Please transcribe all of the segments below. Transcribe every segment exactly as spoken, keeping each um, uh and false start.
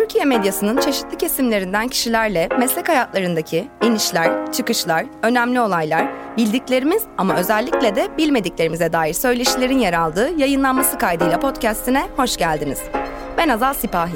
Türkiye medyasının çeşitli kesimlerinden kişilerle meslek hayatlarındaki inişler, çıkışlar, önemli olaylar, bildiklerimiz ama özellikle de bilmediklerimize dair söyleşilerin yer aldığı yayınlanması kaydıyla podcast'ine hoş geldiniz. Ben Azal Sipahi.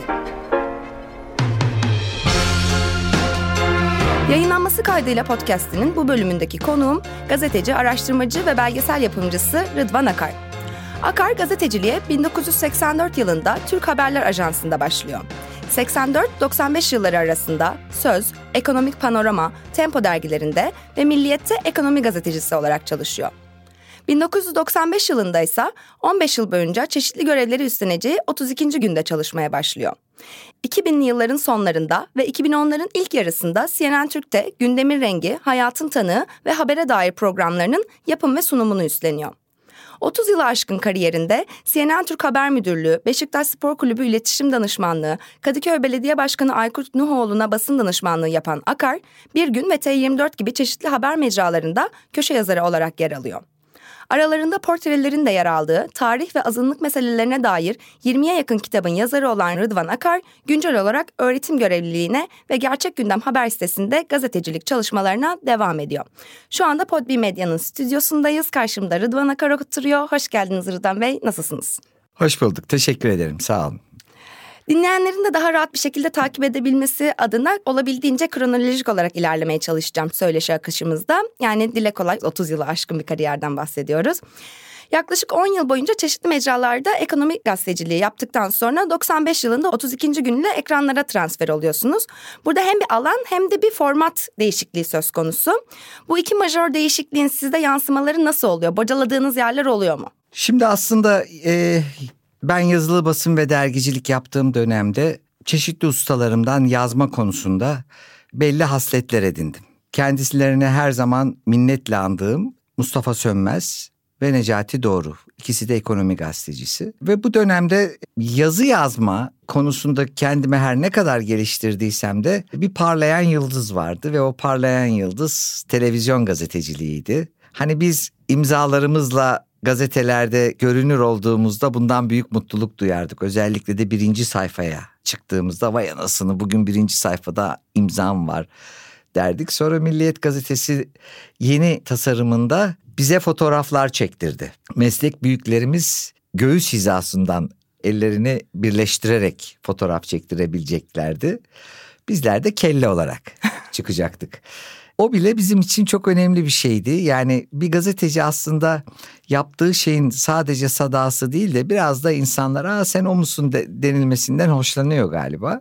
Yayınlanması kaydıyla podcast'inin bu bölümündeki konuğum gazeteci, araştırmacı ve belgesel yapımcısı Rıdvan Akar. Akar gazeteciliğe bin dokuz yüz seksen dört yılında Türk Haberler Ajansı'nda başlıyor. seksen dört doksan beş yılları arasında Söz, Ekonomik Panorama, Tempo dergilerinde ve Milliyet'te ekonomi gazetecisi olarak çalışıyor. bin dokuz yüz doksan beş yılında ise on beş yıl boyunca çeşitli görevleri üstleneceği otuz ikinci günde çalışmaya başlıyor. iki binli yılların sonlarında ve iki bin onların ilk yarısında C N N Türk'te Gündemin Rengi, Hayatın Tanığı ve Habere Dair programlarının yapım ve sunumunu üstleniyor. otuz yılı aşkın kariyerinde C N N Türk Haber Müdürlüğü, Beşiktaş Spor Kulübü İletişim Danışmanlığı, Kadıköy Belediye Başkanı Aykut Nuhoğlu'na basın danışmanlığı yapan Akar, Bir Gün ve T yirmi dört gibi çeşitli haber mecralarında köşe yazarı olarak yer alıyor. Aralarında portrelerin de yer aldığı tarih ve azınlık meselelerine dair yirmiye yakın kitabın yazarı olan Rıdvan Akar, güncel olarak öğretim görevliliğine ve Gerçek Gündem haber sitesinde gazetecilik çalışmalarına devam ediyor. Şu anda Podbi Medya'nın stüdyosundayız. Karşımda Rıdvan Akar oturuyor. Hoş geldiniz Rıdvan Bey. Nasılsınız? Hoş bulduk. Teşekkür ederim. Sağ olun. Dinleyenlerin de daha rahat bir şekilde takip edebilmesi adına olabildiğince kronolojik olarak ilerlemeye çalışacağım söyleşi akışımızda. Yani dile kolay otuz yılı aşkın bir kariyerden bahsediyoruz. Yaklaşık on yıl boyunca çeşitli mecralarda ekonomik gazeteciliği yaptıktan sonra doksan beş yılında otuz ikinci günle ekranlara transfer oluyorsunuz. Burada hem bir alan hem de bir format değişikliği söz konusu. Bu iki majör değişikliğin sizde yansımaları nasıl oluyor? Bocaladığınız yerler oluyor mu? Şimdi aslında... E... Ben yazılı basın ve dergicilik yaptığım dönemde çeşitli ustalarımdan yazma konusunda belli hasletler edindim. Kendisilerine her zaman minnetle andığım Mustafa Sönmez ve Necati Doğru. İkisi de ekonomi gazetecisi. Ve bu dönemde yazı yazma konusunda kendime her ne kadar geliştirdiysem de bir parlayan yıldız vardı. Ve o parlayan yıldız televizyon gazeteciliğiydi. Hani biz imzalarımızla gazetelerde görünür olduğumuzda bundan büyük mutluluk duyardık. Özellikle de birinci sayfaya çıktığımızda vay anasını bugün birinci sayfada imzam var derdik. Sonra Milliyet gazetesi yeni tasarımında bize fotoğraflar çektirdi. Meslek büyüklerimiz göğüs hizasından ellerini birleştirerek fotoğraf çektirebileceklerdi. Bizler de kelle olarak çıkacaktık. O bile bizim için çok önemli bir şeydi. Yani bir gazeteci aslında yaptığı şeyin sadece sadası değil de biraz da insanlara sen o musun de, denilmesinden hoşlanıyor galiba.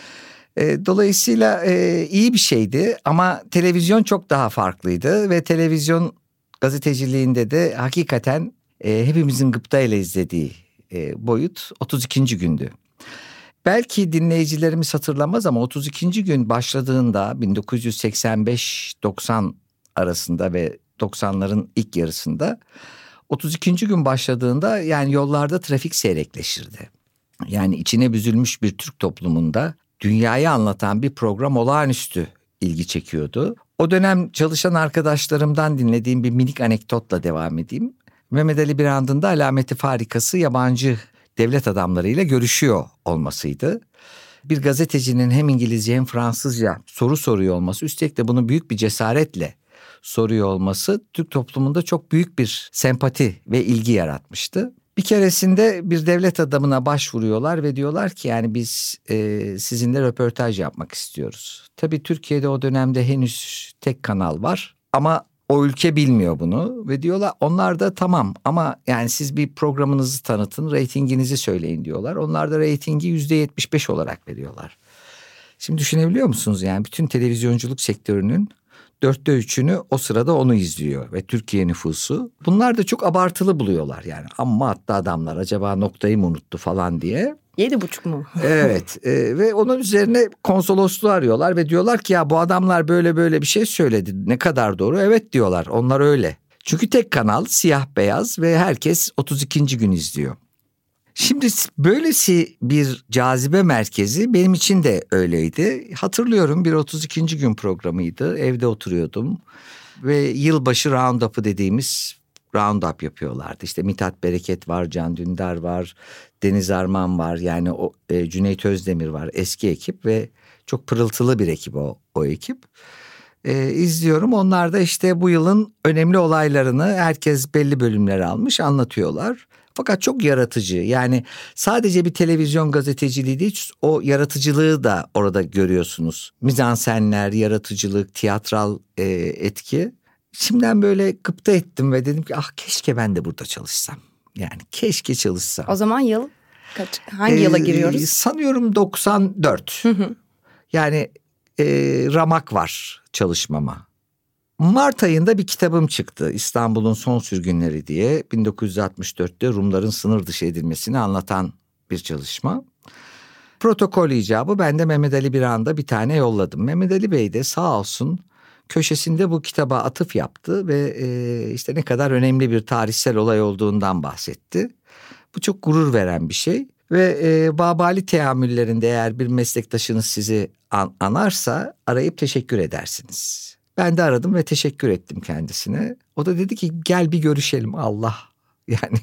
E, dolayısıyla e, iyi bir şeydi ama televizyon çok daha farklıydı ve televizyon gazeteciliğinde de hakikaten e, hepimizin gıptayla izlediği e, boyut otuz ikinci gündü. Belki dinleyicilerimiz hatırlamaz ama otuz ikinci gün başladığında bin dokuz yüz seksen beş doksan arasında ve doksanların ilk yarısında otuz ikinci gün başladığında yani yollarda trafik seyrekleşirdi. Yani içine büzülmüş bir Türk toplumunda dünyayı anlatan bir program olağanüstü ilgi çekiyordu. O dönem çalışan arkadaşlarımdan dinlediğim bir minik anekdotla devam edeyim. Mehmet Ali Birand'ın da alameti farikası yabancı devlet adamlarıyla görüşüyor olmasıydı. Bir gazetecinin hem İngilizce hem Fransızca soru soruyor olması, üstelik de bunu büyük bir cesaretle soruyor olması Türk toplumunda çok büyük bir sempati ve ilgi yaratmıştı. Bir keresinde bir devlet adamına başvuruyorlar ve diyorlar ki yani biz e, sizinle röportaj yapmak istiyoruz. Tabii Türkiye'de o dönemde henüz tek kanal var ama o ülke bilmiyor bunu ve diyorlar onlar da tamam ama yani siz bir programınızı tanıtın, reytinginizi söyleyin diyorlar. Onlar da reytingi yüzde yetmiş beş olarak veriyorlar. Şimdi düşünebiliyor musunuz yani bütün televizyonculuk sektörünün dörtte üçünü o sırada onu izliyor ve Türkiye nüfusu. Bunlar da çok abartılı buluyorlar yani amma hatta adamlar acaba noktayı mı unuttu falan diye. Yedi buçuk mu? Evet e, ve onun üzerine konsolosluğu arıyorlar ve diyorlar ki ya bu adamlar böyle böyle bir şey söyledi. Ne kadar doğru? Evet diyorlar, onlar öyle. Çünkü tek kanal siyah beyaz ve herkes otuz ikinci gün izliyor. Şimdi böylesi bir cazibe merkezi benim için de öyleydi. Hatırlıyorum bir otuz ikinci gün programıydı. Evde oturuyordum ve yılbaşı round-up'ı dediğimiz roundup yapıyorlardı. İşte Mithat Bereket var, Can Dündar var, Deniz Arman var. Yani o e, Cüneyt Özdemir var, eski ekip ve çok pırıltılı bir ekip o, o ekip. E, izliyorum. Onlar da işte bu yılın önemli olaylarını herkes belli bölümler almış anlatıyorlar. Fakat çok yaratıcı, yani sadece bir televizyon gazeteciliği değil, o yaratıcılığı da orada görüyorsunuz. Mizansenler, yaratıcılık, tiyatral e, etki. Şimdiden böyle gıpta ettim ve dedim ki ah keşke ben de burada çalışsam. Yani keşke çalışsam. O zaman yıl kaç? Hangi ee, yıla giriyoruz? Sanıyorum doksan dört. Hı hı. Yani e, ramak var çalışmama. Mart ayında bir kitabım çıktı. İstanbul'un Son Sürgünleri diye, bin dokuz yüz altmış dörtte Rumların sınır dışı edilmesini anlatan bir çalışma. Protokol icabı ben de Mehmet Ali Birand'a bir tane yolladım. Mehmet Ali Bey de sağ olsun köşesinde bu kitaba atıf yaptı ve e, işte ne kadar önemli bir tarihsel olay olduğundan bahsetti. Bu çok gurur veren bir şey ve e, Babali teamüllerinde eğer bir meslektaşınız sizi an- anarsa arayıp teşekkür edersiniz. Ben de aradım ve teşekkür ettim kendisine. O da dedi ki gel bir görüşelim. Allah, yani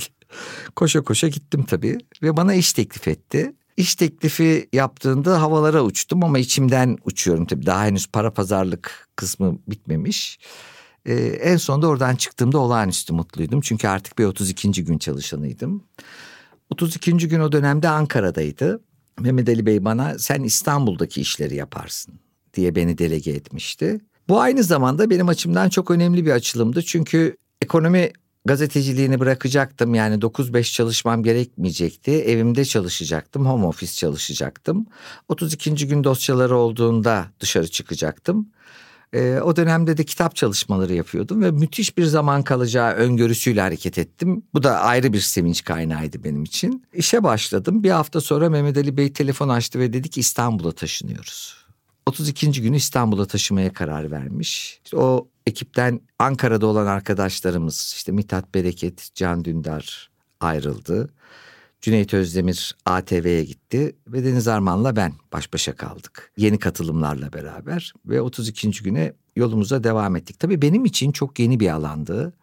koşa koşa gittim tabii ve bana iş teklif etti. İş teklifi yaptığında havalara uçtum ama içimden uçuyorum tabii. Daha henüz para pazarlık kısmı bitmemiş. Ee, en sonunda oradan çıktığımda olağanüstü mutluydum. Çünkü artık bir otuz ikinci gün çalışanıydım. otuz ikinci gün o dönemde Ankara'daydı. Mehmet Ali Bey bana sen İstanbul'daki işleri yaparsın diye beni delege etmişti. Bu aynı zamanda benim açımdan çok önemli bir açılımdı. Çünkü ekonomi gazeteciliğini bırakacaktım. Yani dokuz beş çalışmam gerekmeyecekti. Evimde çalışacaktım. Home office çalışacaktım. otuz ikinci gün dosyaları olduğunda dışarı çıkacaktım. Ee, o dönemde de kitap çalışmaları yapıyordum ve müthiş bir zaman kalacağı öngörüsüyle hareket ettim. Bu da ayrı bir sevinç kaynağıydı benim için. İşe başladım. Bir hafta sonra Mehmet Ali Bey telefon açtı ve dedi ki İstanbul'a taşınıyoruz. otuz ikinci günü İstanbul'a taşımaya karar vermiş. İşte o ekipten Ankara'da olan arkadaşlarımız, işte Mithat Bereket, Can Dündar ayrıldı. Cüneyt Özdemir A T V'ye gitti ve Deniz Arman'la ben baş başa kaldık. Yeni katılımlarla beraber ve otuz ikinci güne yolumuza devam ettik. Tabii benim için çok yeni bir alandı.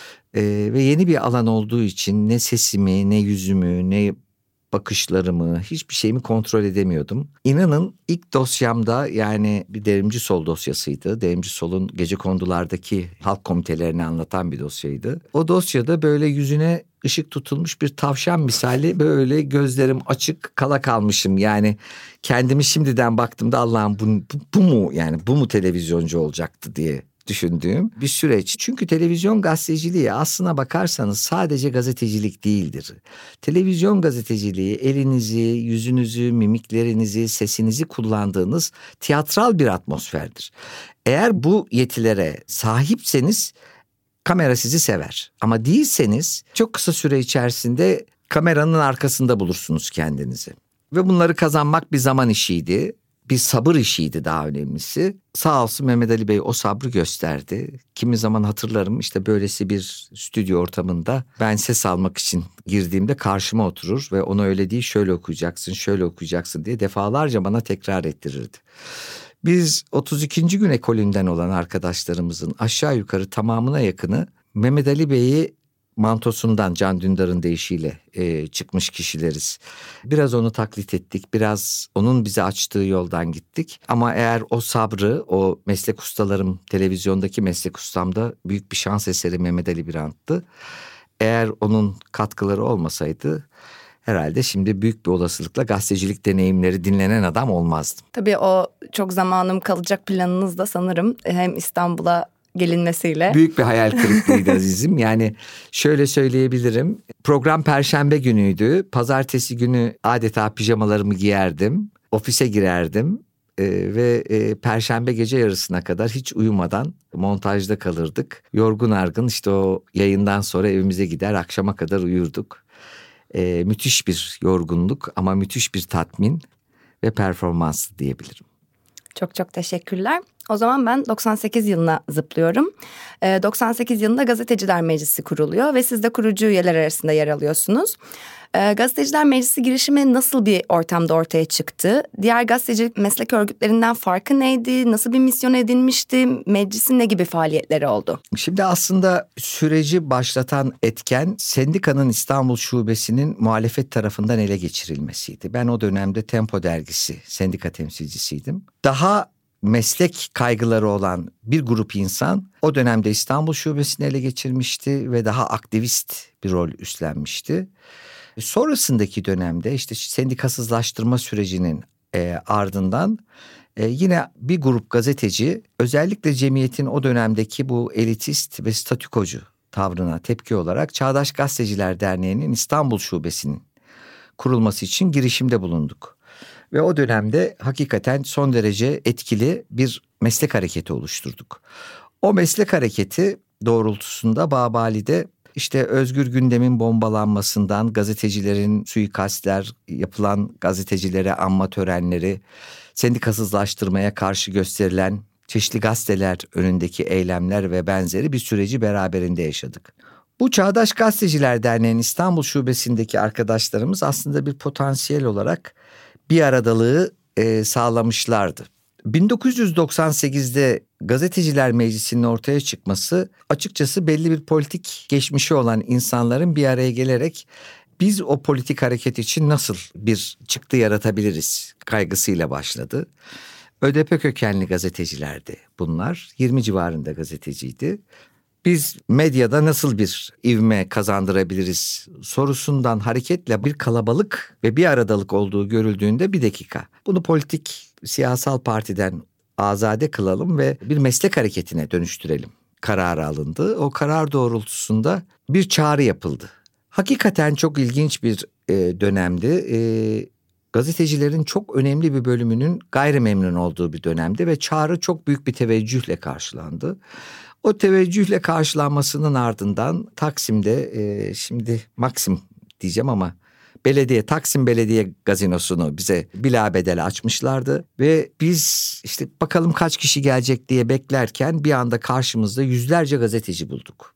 Ee, ve yeni bir alan olduğu için ne sesimi, ne yüzümü, ne bakışlarımı, hiçbir şeyimi kontrol edemiyordum. İnanın ilk dosyamda, yani bir Devrimci Sol dosyasıydı. Devrimci Sol'un gecekondulardaki halk komitelerini anlatan bir dosyaydı. O dosyada böyle yüzüne ışık tutulmuş bir tavşan misali böyle gözlerim açık kala kalmışım. Yani kendimi şimdiden baktığımda Allah'ım bu, bu, bu mu yani bu mu televizyoncu olacaktı diye düşündüğüm bir süreç. Çünkü televizyon gazeteciliği aslına bakarsanız sadece gazetecilik değildir. Televizyon gazeteciliği elinizi, yüzünüzü, mimiklerinizi, sesinizi kullandığınız tiyatral bir atmosferdir. Eğer bu yetilere sahipseniz kamera sizi sever. Ama değilseniz çok kısa süre içerisinde kameranın arkasında bulursunuz kendinizi. Ve bunları kazanmak bir zaman işiydi. Bir sabır işiydi daha önemlisi. Sağ olsun Mehmet Ali Bey o sabrı gösterdi. Kimi zaman hatırlarım işte böylesi bir stüdyo ortamında ben ses almak için girdiğimde karşıma oturur ve onu öyle değil şöyle okuyacaksın, şöyle okuyacaksın diye defalarca bana tekrar ettirirdi. Biz otuz ikinci gün ekolünden olan arkadaşlarımızın aşağı yukarı tamamına yakını Mehmet Ali Bey'i mantosundan, Can Dündar'ın deyişiyle e, çıkmış kişileriz. Biraz onu taklit ettik, biraz onun bize açtığı yoldan gittik. Ama eğer o sabrı, o meslek ustalarım, televizyondaki meslek ustamda büyük bir şans eseri Mehmet Ali Birand'tı. Eğer onun katkıları olmasaydı herhalde şimdi büyük bir olasılıkla gazetecilik deneyimleri dinlenen adam olmazdım. Tabii o çok zamanım kalacak planınız da sanırım hem İstanbul'a gelinmesiyle. Büyük bir hayal kırıklığıydı azizim. Yani şöyle söyleyebilirim. Program Perşembe günüydü. Pazartesi günü adeta pijamalarımı giyerdim. Ofise girerdim. Ee, ve e, Perşembe gece yarısına kadar hiç uyumadan montajda kalırdık. Yorgun argın işte o yayından sonra evimize gider akşama kadar uyurduk. Ee, müthiş bir yorgunluk ama müthiş bir tatmin ve performans diyebilirim. Çok çok teşekkürler. O zaman ben doksan sekiz yılına zıplıyorum. doksan sekiz yılında Gazeteciler Meclisi kuruluyor ve siz de kurucu üyeler arasında yer alıyorsunuz. Gazeteciler Meclisi girişimi nasıl bir ortamda ortaya çıktı? Diğer gazetecilik meslek örgütlerinden farkı neydi? Nasıl bir misyon edinmişti? Meclisin ne gibi faaliyetleri oldu? Şimdi aslında süreci başlatan etken sendikanın İstanbul Şubesi'nin muhalefet tarafından ele geçirilmesiydi. Ben o dönemde Tempo dergisi sendika temsilcisiydim. Daha meslek kaygıları olan bir grup insan o dönemde İstanbul Şubesi'ni ele geçirmişti ve daha aktivist bir rol üstlenmişti. Sonrasındaki dönemde işte sendikasızlaştırma sürecinin e, ardından e, yine bir grup gazeteci özellikle cemiyetin o dönemdeki bu elitist ve statükocu tavrına tepki olarak Çağdaş Gazeteciler Derneği'nin İstanbul Şubesi'nin kurulması için girişimde bulunduk. Ve o dönemde hakikaten son derece etkili bir meslek hareketi oluşturduk. O meslek hareketi doğrultusunda Babali'de İşte özgür gündemin bombalanmasından gazetecilerin suikastler, yapılan gazetecilere anma törenleri, sendikasızlaştırmaya karşı gösterilen çeşitli gazeteler önündeki eylemler ve benzeri bir süreci beraberinde yaşadık. Bu Çağdaş Gazeteciler Derneği'nin İstanbul Şubesi'ndeki arkadaşlarımız aslında bir potansiyel olarak bir aradalığı e, sağlamışlardı. bin dokuz yüz doksan sekizde Gazeteciler Meclisi'nin ortaya çıkması açıkçası belli bir politik geçmişi olan insanların bir araya gelerek biz o politik hareket için nasıl bir çıktı yaratabiliriz kaygısıyla başladı. ÖDP kökenli gazetecilerdi bunlar, yirmi civarında gazeteciydi. Biz medyada nasıl bir ivme kazandırabiliriz sorusundan hareketle bir kalabalık ve bir aradalık olduğu görüldüğünde bir dakika. Bunu politik siyasal partiden azade kılalım ve bir meslek hareketine dönüştürelim kararı alındı. O karar doğrultusunda bir çağrı yapıldı. Hakikaten çok ilginç bir e, dönemdi. E, gazetecilerin çok önemli bir bölümünün gayrimemnun olduğu bir dönemdi ve çağrı çok büyük bir teveccühle karşılandı. O teveccühle karşılanmasının ardından Taksim'de e, şimdi Maxim diyeceğim ama belediye Taksim Belediye Gazinosu'nu bize bilabedel açmışlardı. Ve biz işte bakalım kaç kişi gelecek diye beklerken bir anda karşımızda yüzlerce gazeteci bulduk.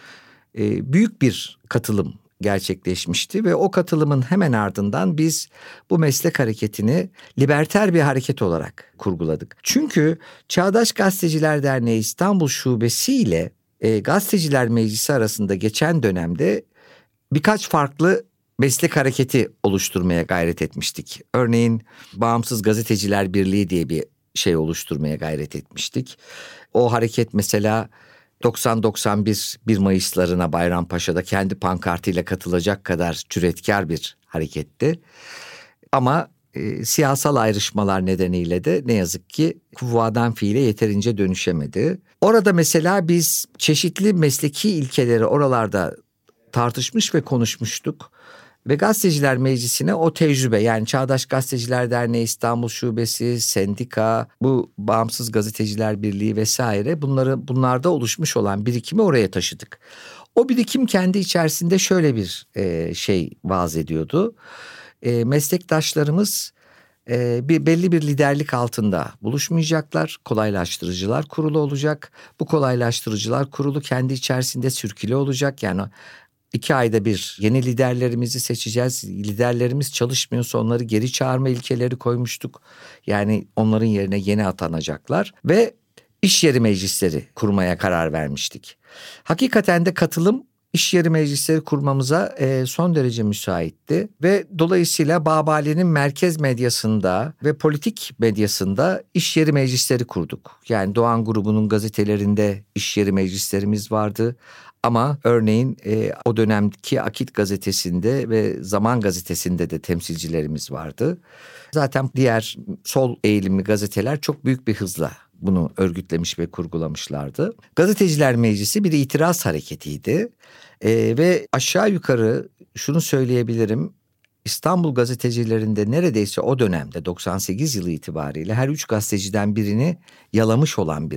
E, büyük bir katılım gerçekleşmişti ve o katılımın hemen ardından biz bu meslek hareketini liberter bir hareket olarak kurguladık. Çünkü Çağdaş Gazeteciler Derneği İstanbul Şubesi ile e, Gazeteciler Meclisi arasında geçen dönemde birkaç farklı meslek hareketi oluşturmaya gayret etmiştik. Örneğin Bağımsız Gazeteciler Birliği diye bir şey oluşturmaya gayret etmiştik. O hareket mesela doksan doksan bir bir Mayıslarına Bayrampaşa'da kendi pankartıyla katılacak kadar cüretkar bir hareketti. Ama e, siyasal ayrışmalar nedeniyle de ne yazık ki kuvvadan fiile yeterince dönüşemedi. Orada mesela biz çeşitli mesleki ilkeleri oralarda tartışmış ve konuşmuştuk. Ve Gazeteciler Meclisi'ne o tecrübe, yani Çağdaş Gazeteciler Derneği İstanbul Şubesi, sendika, bu Bağımsız Gazeteciler Birliği vesaire, bunları bunlarda oluşmuş olan birikimi oraya taşıdık. O birikim kendi içerisinde şöyle bir e, şey vaaz ediyordu. E, meslektaşlarımız e, bir belli bir liderlik altında buluşmayacaklar. Kolaylaştırıcılar kurulu olacak. Bu kolaylaştırıcılar kurulu kendi içerisinde sürkülü olacak. Yani İki ayda bir yeni liderlerimizi seçeceğiz. Liderlerimiz çalışmıyorsa onları geri çağırma ilkeleri koymuştuk. Yani onların yerine yeni atanacaklar ve iş yeri meclisleri kurmaya karar vermiştik. Hakikaten de katılım iş yeri meclisleri kurmamıza e, son derece müsaitti ve dolayısıyla Babali'nin merkez medyasında ve politik medyasında iş yeri meclisleri kurduk. Yani Doğan grubunun gazetelerinde iş yeri meclislerimiz vardı. Ama örneğin e, o dönemki Akit gazetesinde ve Zaman gazetesinde de temsilcilerimiz vardı. Zaten diğer sol eğilimli gazeteler çok büyük bir hızla bunu örgütlemiş ve kurgulamışlardı. Gazeteciler Meclisi bir itiraz hareketiydi e, ve aşağı yukarı şunu söyleyebilirim. İstanbul gazetecilerinde neredeyse o dönemde doksan sekiz yılı itibariyle her üç gazeteciden birini yalamış olan bir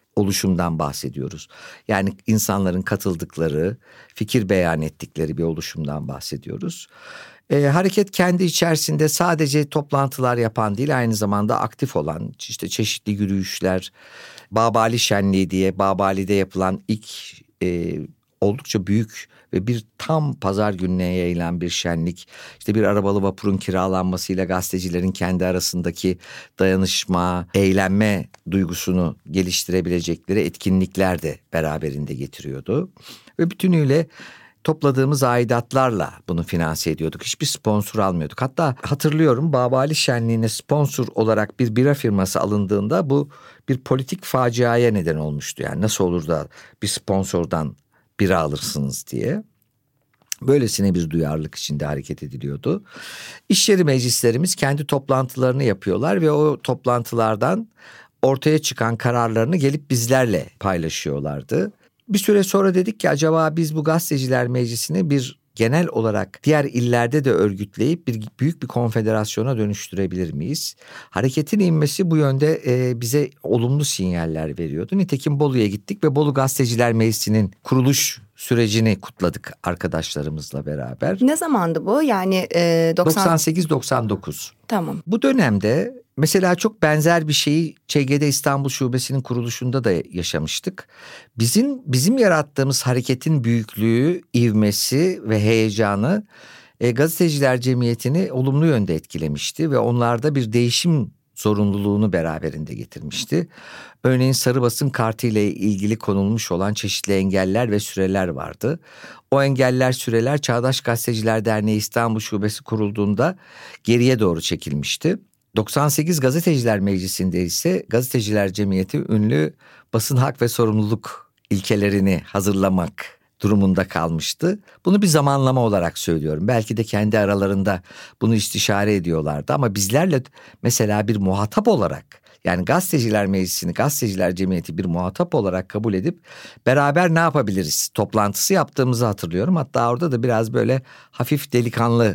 oluşumdan bahsediyoruz. Yani insanların katıldıkları, fikir beyan ettikleri bir oluşumdan bahsediyoruz. E, hareket kendi içerisinde sadece toplantılar yapan değil, aynı zamanda aktif olan işte çeşitli yürüyüşler, Babali Şenliği diye Babali'de yapılan ilk e, oldukça büyük ve bir tam pazar gününe yayılan bir şenlik. İşte bir arabalı vapurun kiralanmasıyla gazetecilerin kendi arasındaki dayanışma, eğlenme duygusunu geliştirebilecekleri etkinlikler de beraberinde getiriyordu. Ve bütünüyle topladığımız aidatlarla bunu finanse ediyorduk. Hiçbir sponsor almıyorduk. Hatta hatırlıyorum, Babali Şenliği'ne sponsor olarak bir bira firması alındığında bu bir politik faciaya neden olmuştu. Yani nasıl olur da bir sponsordan bira alırsınız diye. Böylesine bir duyarlılık içinde hareket ediliyordu. İş yeri meclislerimiz kendi toplantılarını yapıyorlar ve o toplantılardan ortaya çıkan kararlarını gelip bizlerle paylaşıyorlardı. Bir süre sonra dedik ki acaba biz bu gazeteciler meclisini bir genel olarak diğer illerde de örgütleyip bir büyük bir konfederasyona dönüştürebilir miyiz? Hareketin inmesi bu yönde e, bize olumlu sinyaller veriyordu. Nitekim Bolu'ya gittik ve Bolu Gazeteciler Meclisi'nin kuruluş sürecini kutladık arkadaşlarımızla beraber. Ne zamandı bu? Yani e, doksan... doksan sekiz doksan dokuz. Tamam. Bu dönemde mesela çok benzer bir şeyi Ç G D İstanbul Şubesi'nin kuruluşunda da yaşamıştık. Bizim bizim yarattığımız hareketin büyüklüğü, ivmesi ve heyecanı e, gazeteciler cemiyetini olumlu yönde etkilemişti ve onlarda bir değişim zorunluluğunu beraberinde getirmişti. Örneğin sarı basın kartı ile ilgili konulmuş olan çeşitli engeller ve süreler vardı. O engeller, süreler Çağdaş Gazeteciler Derneği İstanbul Şubesi kurulduğunda geriye doğru çekilmişti. doksan sekiz Gazeteciler Meclisi'nde ise Gazeteciler Cemiyeti ünlü basın hak ve sorumluluk ilkelerini hazırlamak durumunda kalmıştı. Bunu bir zamanlama olarak söylüyorum. Belki de kendi aralarında bunu istişare ediyorlardı ama bizlerle mesela bir muhatap olarak, yani Gazeteciler Meclisi'ni, Gazeteciler Cemiyeti bir muhatap olarak kabul edip beraber ne yapabiliriz toplantısı yaptığımızı hatırlıyorum. Hatta orada da biraz böyle hafif delikanlı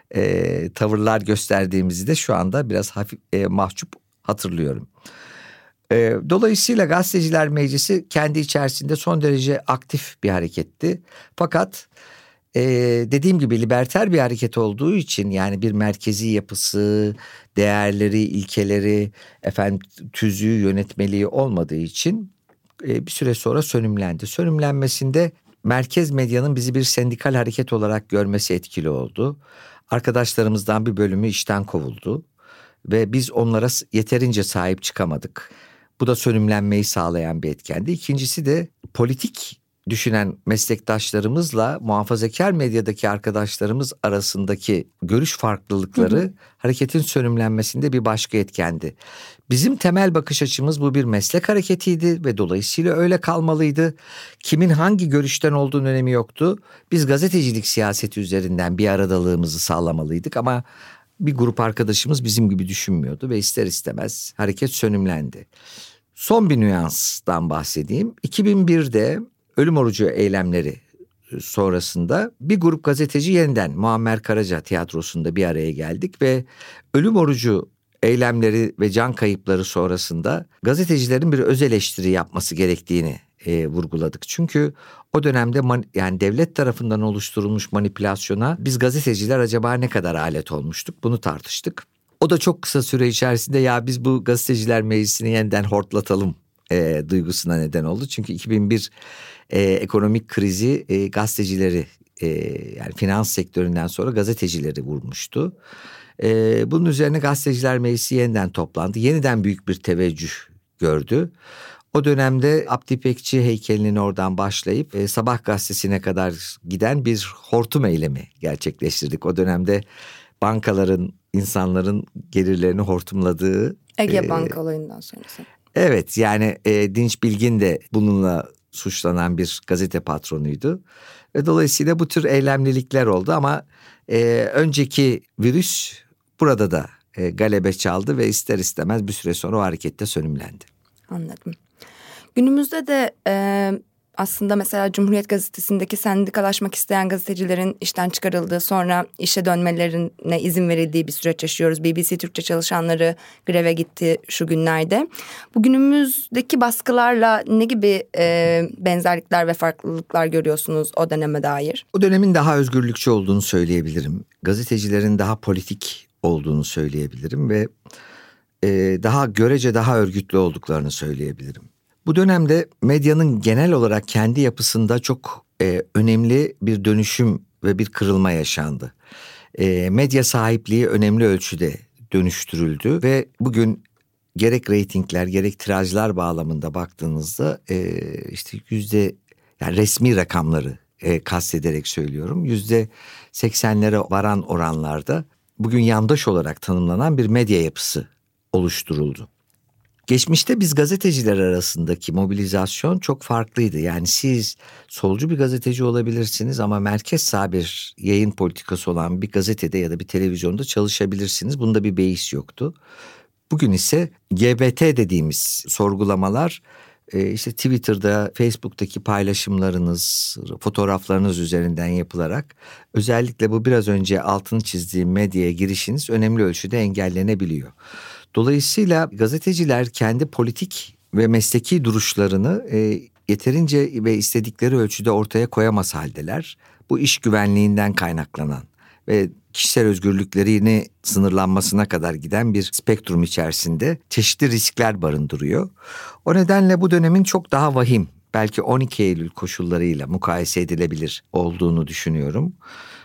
e, tavırlar gösterdiğimizi de şu anda biraz hafif e, mahcup hatırlıyorum. E, dolayısıyla Gazeteciler Meclisi kendi içerisinde son derece aktif bir hareketti. Fakat e, dediğim gibi liberter bir hareket olduğu için, yani bir merkezi yapısı, değerleri, ilkeleri, efendim tüzüğü, yönetmeliği olmadığı için e, bir süre sonra sönümlendi. Sönümlenmesinde merkez medyanın bizi bir sendikal hareket olarak görmesi etkili oldu. Arkadaşlarımızdan bir bölümü işten kovuldu ve biz onlara yeterince sahip çıkamadık. Bu da sönümlenmeyi sağlayan bir etkendi. İkincisi de politik düşünen meslektaşlarımızla muhafazakar medyadaki arkadaşlarımız arasındaki görüş farklılıkları hı hı. hareketin sönümlenmesinde bir başka etkendi. Bizim temel bakış açımız bu bir meslek hareketiydi ve dolayısıyla öyle kalmalıydı. Kimin hangi görüşten olduğunun önemi yoktu. Biz gazetecilik siyaseti üzerinden bir aradalığımızı sağlamalıydık ama bir grup arkadaşımız bizim gibi düşünmüyordu ve ister istemez hareket sönümlendi. Son bir nüanstan bahsedeyim. iki bin birde ölüm orucu eylemleri sonrasında bir grup gazeteci yeniden Muammer Karaca tiyatrosunda bir araya geldik ve ölüm orucu eylemleri ve can kayıpları sonrasında gazetecilerin bir öz eleştiri yapması gerektiğini e, vurguladık. Çünkü o dönemde man, yani devlet tarafından oluşturulmuş manipülasyona biz gazeteciler acaba ne kadar alet olmuştuk, bunu tartıştık. O da çok kısa süre içerisinde ya biz bu Gazeteciler Meclisi'ni yeniden hortlatalım e, duygusuna neden oldu. Çünkü iki bin bir e, ekonomik krizi e, gazetecileri e, yani finans sektöründen sonra gazetecileri vurmuştu. E, bunun üzerine Gazeteciler Meclisi yeniden toplandı. Yeniden büyük bir teveccüh gördü. O dönemde Abdi İpekçi heykelinin oradan başlayıp e, Sabah gazetesine kadar giden bir hortum eylemi gerçekleştirdik. O dönemde bankaların, insanların gelirlerini hortumladığı... Ege e, Banka olayından sonrası. Evet, yani e, Dinç Bilgin de bununla suçlanan bir gazete patronuydu. Ve dolayısıyla bu tür eylemlilikler oldu ama e, önceki virüs burada da e, galebe çaldı ve ister istemez bir süre sonra o harekette sönümlendi. Anladım. Günümüzde de e, aslında mesela Cumhuriyet Gazetesi'ndeki sendikalaşmak isteyen gazetecilerin işten çıkarıldığı, sonra işe dönmelerine izin verildiği bir süreç yaşıyoruz. B B C Türkçe çalışanları greve gitti şu günlerde. Bugünümüzdeki baskılarla ne gibi e, benzerlikler ve farklılıklar görüyorsunuz o döneme dair? O dönemin daha özgürlükçü olduğunu söyleyebilirim. Gazetecilerin daha politik olduğunu söyleyebilirim ve e, daha görece daha örgütlü olduklarını söyleyebilirim. Bu dönemde medyanın genel olarak kendi yapısında çok e, önemli bir dönüşüm ve bir kırılma yaşandı. E, medya sahipliği önemli ölçüde dönüştürüldü ve bugün gerek reytingler gerek tirajlar bağlamında baktığınızda e, işte yüzde yani resmi rakamları e, kastederek söylüyorum, yüzde seksenlere varan oranlarda bugün yandaş olarak tanımlanan bir medya yapısı oluşturuldu. Geçmişte biz gazeteciler arasındaki mobilizasyon çok farklıydı. Yani siz solcu bir gazeteci olabilirsiniz ama merkez sağ bir yayın politikası olan bir gazetede ya da bir televizyonda çalışabilirsiniz. Bunda bir beis yoktu. Bugün ise G B T dediğimiz sorgulamalar işte Twitter'da, Facebook'taki paylaşımlarınız, fotoğraflarınız üzerinden yapılarak özellikle bu biraz önce altını çizdiğim medyaya girişiniz önemli ölçüde engellenebiliyor. Dolayısıyla gazeteciler kendi politik ve mesleki duruşlarını e, yeterince ve istedikleri ölçüde ortaya koyamaz haldeler. Bu iş güvenliğinden kaynaklanan ve kişisel özgürlüklerini sınırlanmasına kadar giden bir spektrum içerisinde çeşitli riskler barındırıyor. O nedenle bu dönemin çok daha vahim, belki on iki Eylül koşullarıyla mukayese edilebilir olduğunu düşünüyorum.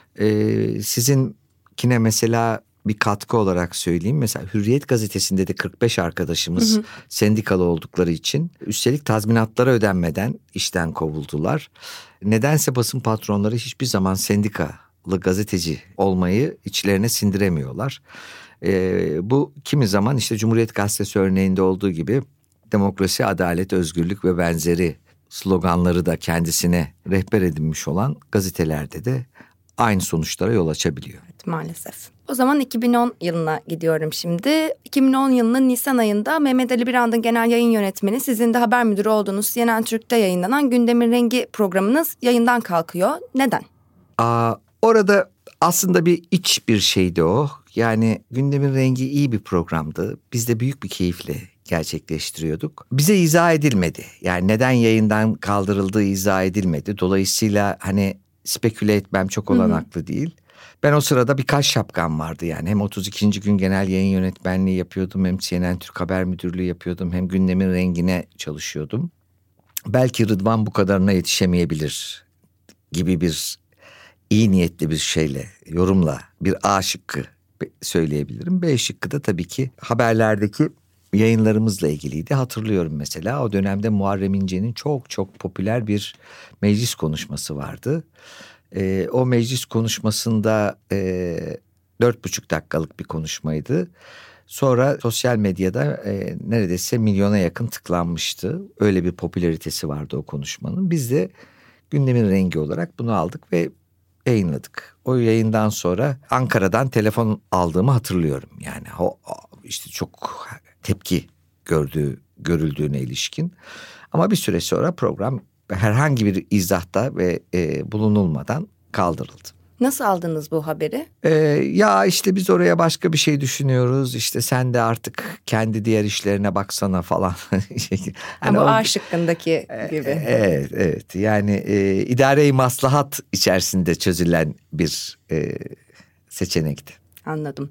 Ee, sizinkine mesela bir katkı olarak söyleyeyim. Mesela Hürriyet gazetesinde de kırk beş arkadaşımız hı hı. sendikalı oldukları için üstelik tazminatları ödenmeden işten kovuldular. Nedense basın patronları hiçbir zaman sendikalı gazeteci olmayı içlerine sindiremiyorlar. Ee, bu kimi zaman işte Cumhuriyet Gazetesi örneğinde olduğu gibi demokrasi, adalet, özgürlük ve benzeri sloganları da kendisine rehber edinmiş olan gazetelerde de aynı sonuçlara yol açabiliyor. Evet, maalesef. O zaman iki bin on yılına gidiyorum şimdi. iki bin on yılının Nisan ayında Mehmet Ali Birand'ın genel yayın yönetmeni, sizin de haber müdürü olduğunuz C N N Türk'te yayınlanan Gündemin Rengi programınız yayından kalkıyor. Neden? Aa, orada aslında bir iç bir şeydi o. Yani Gündemin Rengi iyi bir programdı. Biz de büyük bir keyifle gerçekleştiriyorduk. Bize izah edilmedi. Yani neden yayından kaldırıldığı izah edilmedi. Dolayısıyla hani speküle etmem çok olanaklı değil. Ben o sırada birkaç şapkam vardı yani. Hem otuz ikinci gün genel yayın yönetmenliği yapıyordum. Hem C N N Türk haber müdürlüğü yapıyordum. Hem Gündemin Rengi'ne çalışıyordum. Belki Rıdvan bu kadarına yetişemeyebilir gibi bir iyi niyetli bir şeyle, yorumla bir A şıkkı söyleyebilirim. B şıkkı da tabii ki haberlerdeki yayınlarımızla ilgiliydi. Hatırlıyorum mesela o dönemde Muharrem İnce'nin çok çok popüler bir meclis konuşması vardı. Ee, o meclis konuşmasında e, dört buçuk dakikalık bir konuşmaydı. Sonra sosyal medyada e, neredeyse milyona yakın tıklanmıştı. Öyle bir popülaritesi vardı o konuşmanın. Biz de Gündemin Rengi olarak bunu aldık ve yayınladık. O yayından sonra Ankara'dan telefon aldığımı hatırlıyorum. Yani o işte çok tepki gördüğü, görüldüğüne ilişkin. Ama bir süre sonra program herhangi bir izahta ve e, bulunulmadan kaldırıldı. Nasıl aldınız bu haberi? Ee, ya işte biz oraya başka bir şey düşünüyoruz. İşte sen de artık kendi diğer işlerine baksana falan. Yani bu o, A şıkkındaki gibi. E, evet, evet. Yani e, idare-i maslahat içerisinde çözülen bir e, seçenekti. Anladım.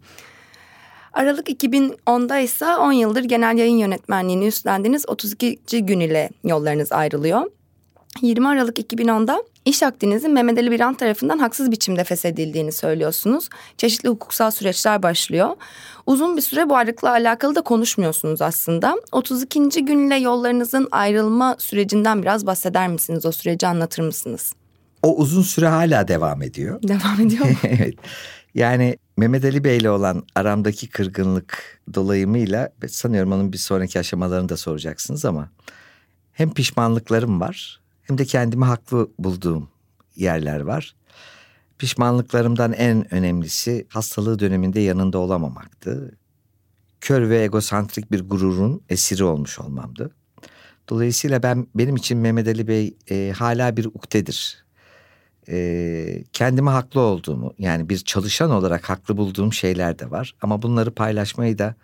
Aralık iki bin onda ise on yıldır genel yayın yönetmenliğini üstlendiğiniz otuz ikinci gün ile yollarınız ayrılıyor. yirmi Aralık iki bin onda iş akdinizin Mehmet Ali Birand tarafından haksız biçimde feshedildiğini söylüyorsunuz. Çeşitli hukuksal süreçler başlıyor. Uzun bir süre bu ayrılıkla alakalı da konuşmuyorsunuz aslında. otuz ikinci günle yollarınızın ayrılma sürecinden biraz bahseder misiniz? O süreci anlatır mısınız? O uzun süre hala devam ediyor. Devam ediyor mu? Evet. Yani Mehmet Ali Bey'le olan aramdaki kırgınlık dolayımıyla sanıyorum onun bir sonraki aşamalarını da soracaksınız ama hem pişmanlıklarım var hem de kendimi haklı bulduğum yerler var. Pişmanlıklarımdan en önemlisi hastalığı döneminde yanında olamamaktı. Kör ve egosantrik bir gururun esiri olmuş olmamdı. Dolayısıyla ben benim için Mehmet Ali Bey e, hala bir ukdedir. E, kendime haklı olduğumu, yani bir çalışan olarak haklı bulduğum şeyler de var. Ama bunları paylaşmayı da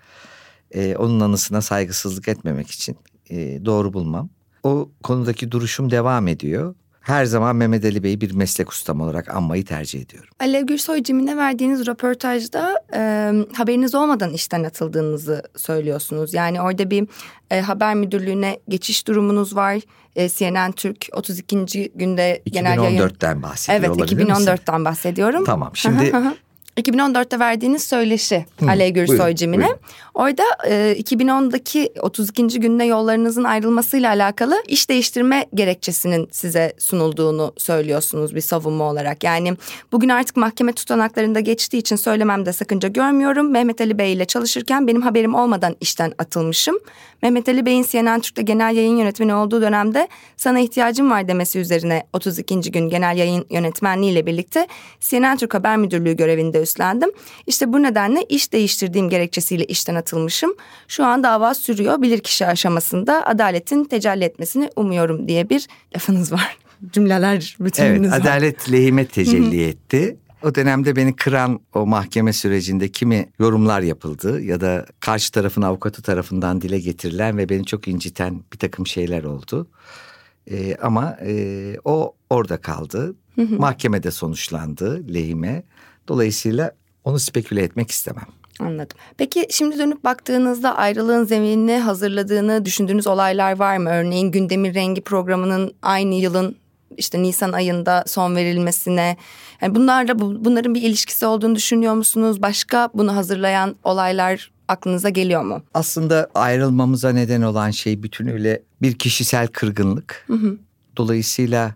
e, onun anısına saygısızlık etmemek için e, doğru bulmam. O konudaki duruşum devam ediyor. Her zaman Mehmet Ali Bey'i bir meslek ustam olarak anmayı tercih ediyorum. Alev Gürsoy Cim'ine verdiğiniz röportajda e, haberiniz olmadan işten atıldığınızı söylüyorsunuz. Yani orada bir e, haber müdürlüğüne geçiş durumunuz var. E, C N N Türk otuz ikinci günde genel yayın... iki bin on dörtten bahsediyor evet, olabilir iki bin on dörtten misin? bahsediyorum. Tamam, şimdi... iki bin on dörtte verdiğiniz söyleşi Hı, Alev Gürsoy Cim'ine. Orada e, iki bin ondaki otuz ikinci günde yollarınızın ayrılmasıyla alakalı iş değiştirme gerekçesinin size sunulduğunu söylüyorsunuz bir savunma olarak. Yani bugün artık mahkeme tutanaklarında geçtiği için söylememde sakınca görmüyorum. Mehmet Ali Bey ile çalışırken benim haberim olmadan işten atılmışım. Mehmet Ali Bey'in C N N Türk'te genel yayın yönetmeni olduğu dönemde sana ihtiyacım var demesi üzerine otuz ikinci gün genel yayın yönetmenliğiyle birlikte C N N Türk Haber Müdürlüğü görevinde üstlendim. İşte bu nedenle iş değiştirdiğim gerekçesiyle işten atılmışım. Şu an dava sürüyor. Bilirkişi aşamasında adaletin tecelli etmesini umuyorum diye bir lafınız var. Cümleler bütününüz evet, var. Evet, adalet lehime tecelli etti. O dönemde beni kıran o mahkeme sürecinde kimi yorumlar yapıldı ya da karşı tarafın avukatı tarafından dile getirilen ve beni çok inciten bir takım şeyler oldu. Ee, ama e, o orada kaldı. Mahkemede sonuçlandı lehime. Dolayısıyla onu speküle etmek istemem. Anladım. Peki şimdi dönüp baktığınızda ayrılığın zeminini hazırladığını düşündüğünüz olaylar var mı? Örneğin Gündemin Rengi programının aynı yılın işte Nisan ayında son verilmesine, yani bunlarla bunların bir ilişkisi olduğunu düşünüyor musunuz? Başka bunu hazırlayan olaylar aklınıza geliyor mu? Aslında ayrılmamıza neden olan şey bütünüyle bir kişisel kırgınlık. Hı hı. Dolayısıyla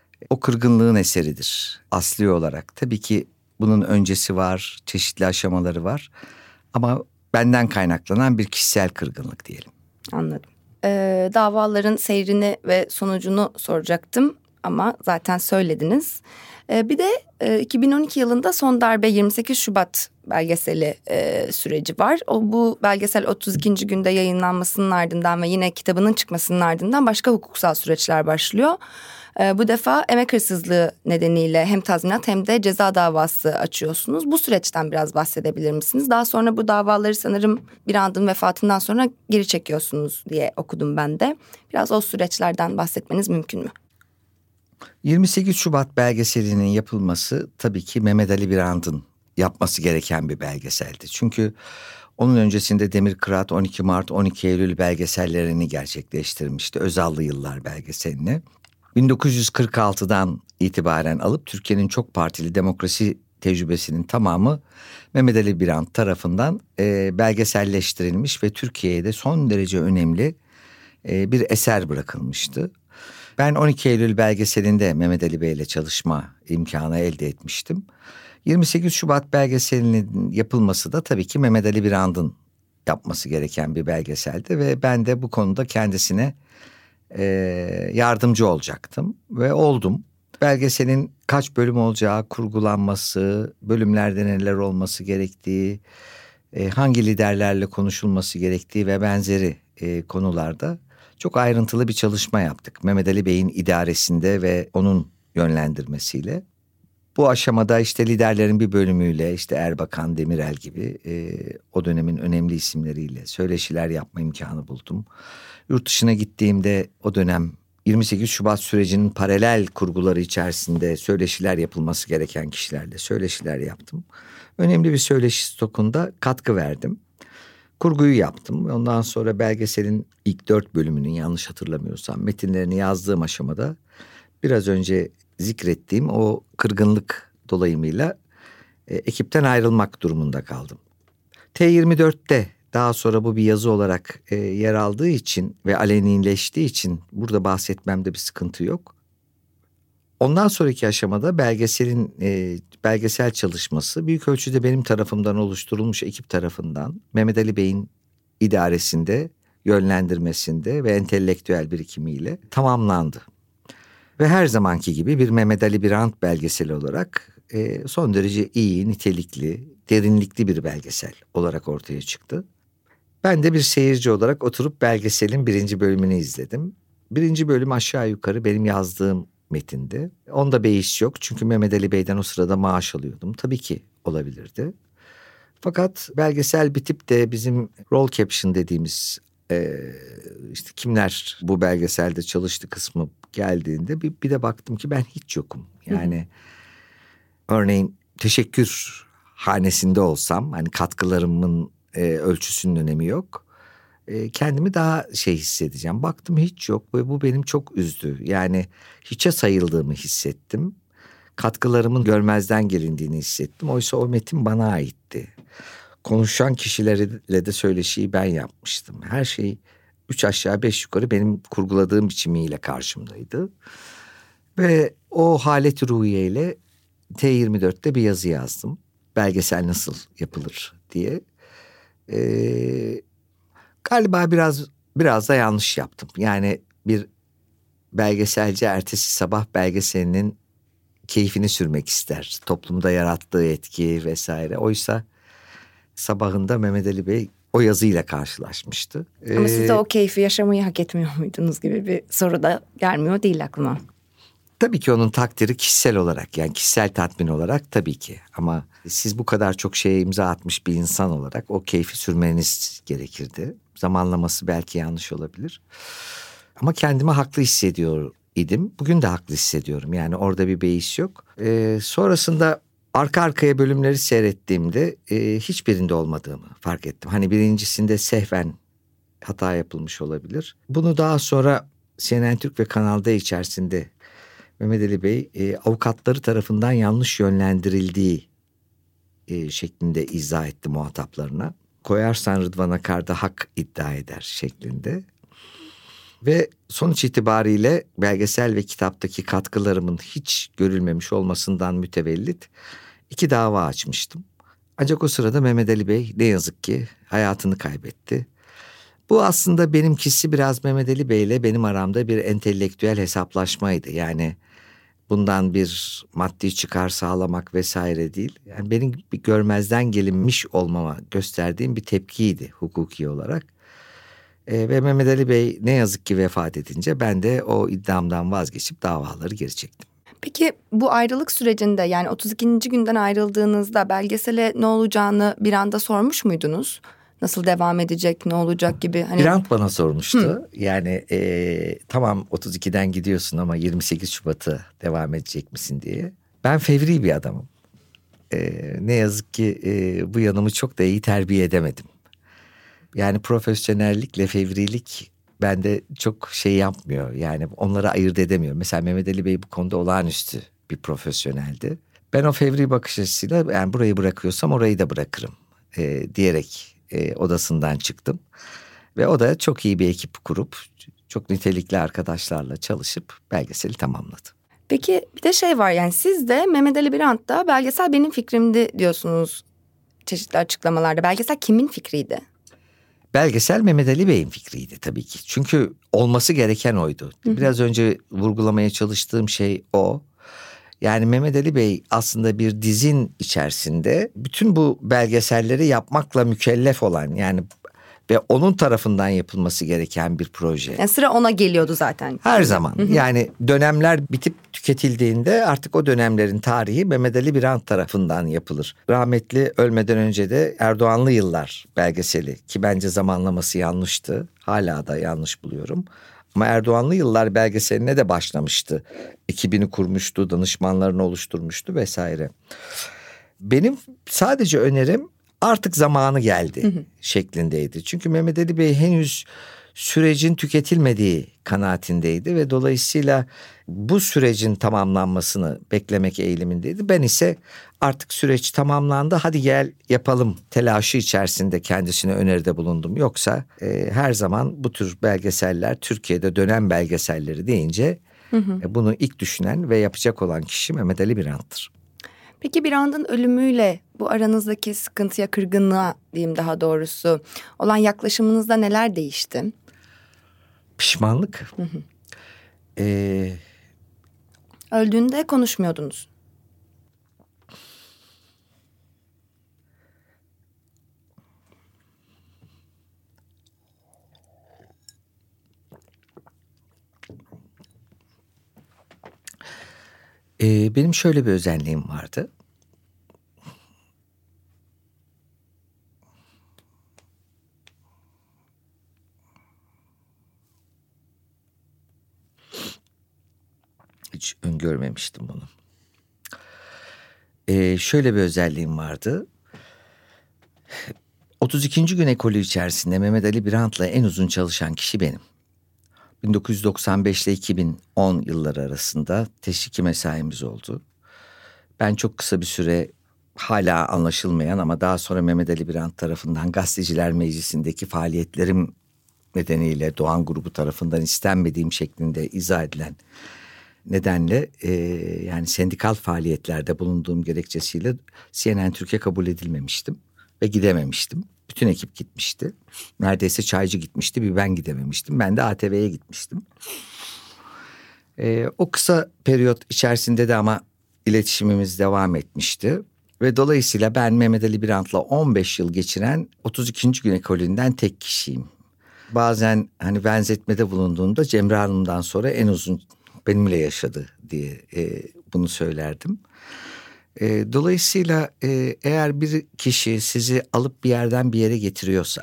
o kırgınlığın eseridir asli olarak. Tabii ki bunun öncesi var, çeşitli aşamaları var. Ama benden kaynaklanan bir kişisel kırgınlık diyelim. Anladım. Ee, davaların seyrini ve sonucunu soracaktım ama zaten söylediniz. Ee, bir de e, iki bin on iki yılında Son Darbe yirmi sekiz Şubat belgeseli e, süreci var. O bu belgesel otuz ikinci günde yayınlanmasının ardından ve yine kitabının çıkmasının ardından başka hukuksal süreçler başlıyor. E, bu defa emek hırsızlığı nedeniyle hem tazminat hem de ceza davası açıyorsunuz. Bu süreçten biraz bahsedebilir misiniz? Daha sonra bu davaları sanırım bir andın vefatından sonra geri çekiyorsunuz diye okudum ben de. Biraz o süreçlerden bahsetmeniz mümkün mü? yirmi sekiz Şubat belgeselinin yapılması tabii ki Mehmet Ali Birand'ın yapması gereken bir belgeseldi. Çünkü onun öncesinde Demir Kıraat on iki Mart on iki Eylül belgesellerini gerçekleştirmişti. Özallı Yıllar belgeselini. bin dokuz yüz kırk altıdan itibaren alıp Türkiye'nin çok partili demokrasi tecrübesinin tamamı Mehmet Ali Birand tarafından e, belgeselleştirilmiş ve Türkiye'ye de son derece önemli e, bir eser bırakılmıştı. Ben on iki Eylül belgeselinde Mehmet Ali Bey ile çalışma imkanı elde etmiştim. yirmi sekiz Şubat belgeselinin yapılması da tabii ki Mehmet Ali Birand'ın yapması gereken bir belgeseldi ve ben de bu konuda kendisine e, yardımcı olacaktım ve oldum. Belgeselin kaç bölüm olacağı, kurgulanması, bölümlerde neler olması gerektiği, e, hangi liderlerle konuşulması gerektiği ve benzeri e, konularda çok ayrıntılı bir çalışma yaptık. Mehmet Ali Bey'in idaresinde ve onun yönlendirmesiyle. Bu aşamada işte liderlerin bir bölümüyle işte Erbakan, Demirel gibi e, o dönemin önemli isimleriyle söyleşiler yapma imkanı buldum. Yurt dışına gittiğimde o dönem yirmi sekiz Şubat sürecinin paralel kurguları içerisinde söyleşiler yapılması gereken kişilerle söyleşiler yaptım. Önemli bir söyleşi stokunda katkı verdim. Kurguyu yaptım. Ondan sonra belgeselin ilk dört bölümünün, yanlış hatırlamıyorsam, metinlerini yazdığım aşamada biraz önce zikrettiğim o kırgınlık dolayımıyla e, ekipten ayrılmak durumunda kaldım. T yirmi dörtte daha sonra bu bir yazı olarak e, yer aldığı için ve alenileştiği için burada bahsetmemde bir sıkıntı yok. Ondan sonraki aşamada belgeselin e, belgesel çalışması büyük ölçüde benim tarafımdan oluşturulmuş ekip tarafından Mehmet Ali Bey'in idaresinde, yönlendirmesinde ve entelektüel birikimiyle tamamlandı. Ve her zamanki gibi bir Mehmet Ali Birand belgeseli olarak e, son derece iyi, nitelikli, derinlikli bir belgesel olarak ortaya çıktı. Ben de bir seyirci olarak oturup belgeselin birinci bölümünü izledim. Birinci bölüm aşağı yukarı benim yazdığım metindi. Onda beis yok çünkü Mehmet Ali Bey'den o sırada maaş alıyordum. Tabii ki olabilirdi. Fakat belgesel bitip de bizim roll caption dediğimiz e, işte kimler bu belgeselde çalıştı kısmı geldiğinde bir, bir de baktım ki ben hiç yokum. Yani hı hı. Örneğin teşekkür hanesinde olsam hani katkılarımın e, ölçüsünün önemi yok. E, kendimi daha şey hissedeceğim. Baktım hiç yok ve bu benim çok üzdü. Yani hiçe sayıldığımı hissettim. Katkılarımın görmezden gelindiğini hissettim. Oysa o metin bana aitti. Konuşan kişilerle de söyleşiyi ben yapmıştım. Her şey üç aşağı beş yukarı benim kurguladığım biçimiyle karşımdaydı. Ve o halet ruhiyeyle T yirmi dörtte bir yazı yazdım. Belgesel nasıl yapılır diye. Ee, galiba biraz biraz da yanlış yaptım. Yani bir belgeselci ertesi sabah belgeselinin keyfini sürmek ister. Toplumda yarattığı etki vesaire. Oysa sabahında Mehmet Ali Bey o yazıyla karşılaşmıştı. Ama ee, siz de o keyfi yaşamayı hak etmiyor muydunuz gibi bir soru da gelmiyor değil aklıma. Tabii ki onun takdiri kişisel olarak, yani kişisel tatmin olarak tabii ki. Ama siz bu kadar çok şeye imza atmış bir insan olarak o keyfi sürmeniz gerekirdi. Zamanlaması belki yanlış olabilir. Ama kendimi haklı hissediyor idim. Bugün de haklı hissediyorum. Yani orada bir beis yok. Ee, sonrasında arka arkaya bölümleri seyrettiğimde e, hiçbirinde olmadığımı fark ettim. Hani birincisinde sehven hata yapılmış olabilir. Bunu daha sonra C N N Türk ve Kanal D içerisinde Mehmet Ali Bey e, avukatları tarafından yanlış yönlendirildiği e, şeklinde izah etti muhataplarına. Koyarsan Rıdvan Akar da hak iddia eder şeklinde. Ve sonuç itibariyle belgesel ve kitaptaki katkılarımın hiç görülmemiş olmasından mütevellit iki dava açmıştım. Ancak o sırada Mehmet Ali Bey ne yazık ki hayatını kaybetti. Bu aslında benimkisi biraz Mehmet Ali Bey ile benim aramda bir entelektüel hesaplaşmaydı. Yani bundan bir maddi çıkar sağlamak vesaire değil. Yani benim bir görmezden gelinmiş olmama gösterdiğim bir tepkiydi hukuki olarak. Ee, ve Mehmet Ali Bey ne yazık ki vefat edince ben de o iddiamdan vazgeçip davaları geri çektim. Peki bu ayrılık sürecinde, yani otuz ikinci günden ayrıldığınızda belgesele ne olacağını bir anda sormuş muydunuz? Nasıl devam edecek, ne olacak gibi? Hani... Birant bana sormuştu. Hı. Yani e, tamam otuz ikiden gidiyorsun ama yirmi sekiz Şubat'a devam edecek misin diye. Ben fevri bir adamım. E, ne yazık ki e, bu yanımı çok da iyi terbiye edemedim. Yani profesyonellikle fevrilik bende çok şey yapmıyor. Yani onları ayırt edemiyorum. Mesela Mehmet Ali Bey bu konuda olağanüstü bir profesyoneldi. Ben o fevri bakış açısıyla yani burayı bırakıyorsam orayı da bırakırım e, diyerek e, odasından çıktım. Ve o da çok iyi bir ekip kurup çok nitelikli arkadaşlarla çalışıp belgeseli tamamladı. Peki bir de şey var, yani siz de Mehmet Ali Birant'ta belgesel benim fikrimdi diyorsunuz çeşitli açıklamalarda. Belgesel kimin fikriydi? Belgesel Mehmet Ali Bey'in fikriydi tabii ki. Çünkü olması gereken oydu. Hı hı. Biraz önce vurgulamaya çalıştığım şey o. Yani Mehmet Ali Bey aslında bir dizin içerisinde bütün bu belgeselleri yapmakla mükellef olan, yani ve onun tarafından yapılması gereken bir proje. Yani sıra ona geliyordu zaten. Her zaman. Hı hı. Yani dönemler bitip tüketildiğinde artık o dönemlerin tarihi Mehmet Ali Birant tarafından yapılır. Rahmetli ölmeden önce de Erdoğanlı Yıllar belgeseli, ki bence zamanlaması yanlıştı. Hala da yanlış buluyorum. Ama Erdoğanlı Yıllar belgeseline de başlamıştı. Ekibini kurmuştu, danışmanlarını oluşturmuştu vesaire. Benim sadece önerim artık zamanı geldi hı hı. şeklindeydi. Çünkü Mehmet Ali Bey henüz sürecin tüketilmediği kanaatindeydi ve dolayısıyla bu sürecin tamamlanmasını beklemek eğilimindeydi. Ben ise artık süreç tamamlandı, hadi gel yapalım telaşı içerisinde kendisine öneride bulundum. Yoksa e, her zaman bu tür belgeseller, Türkiye'de dönem belgeselleri deyince hı hı. E, bunu ilk düşünen ve yapacak olan kişi Mehmet Ali Birant'tır. Peki Birant'ın ölümüyle bu aranızdaki sıkıntıya, kırgınlığa diyeyim daha doğrusu, olan yaklaşımınızda neler değişti? Pişmanlık. Hı hı. Ee, Öldüğünde konuşmuyordunuz. Ee, benim şöyle bir özelliğim vardı. Hiç öngörmemiştim bunu. Ee, şöyle bir özelliğim vardı. otuz ikinci gün ekolü içerisinde Mehmet Ali Birant'la en uzun çalışan kişi benim. bin dokuz yüz doksan beş ile iki bin on yılları arasında teşviki mesaimiz oldu. Ben çok kısa bir süre hala anlaşılmayan ama daha sonra Mehmet Ali Birant tarafından Gazeteciler Meclisi'ndeki faaliyetlerim nedeniyle Doğan grubu tarafından istenmediğim şeklinde izah edilen nedenle e, yani sendikal faaliyetlerde bulunduğum gerekçesiyle C N N Türkiye kabul edilmemiştim ve gidememiştim. Bütün ekip gitmişti. Neredeyse Çaycı gitmişti, bir ben gidememiştim. Ben de A T V'ye gitmiştim. E, o kısa periyot içerisinde de ama iletişimimiz devam etmişti. Ve dolayısıyla ben Mehmet Ali Birant'la on beş yıl geçiren otuz ikinci gün ekolünden tek kişiyim. Bazen hani benzetmede bulunduğumda Cemre Hanım'dan sonra en uzun benimle yaşadı diye e, bunu söylerdim. E, dolayısıyla e, eğer bir kişi sizi alıp bir yerden bir yere getiriyorsa,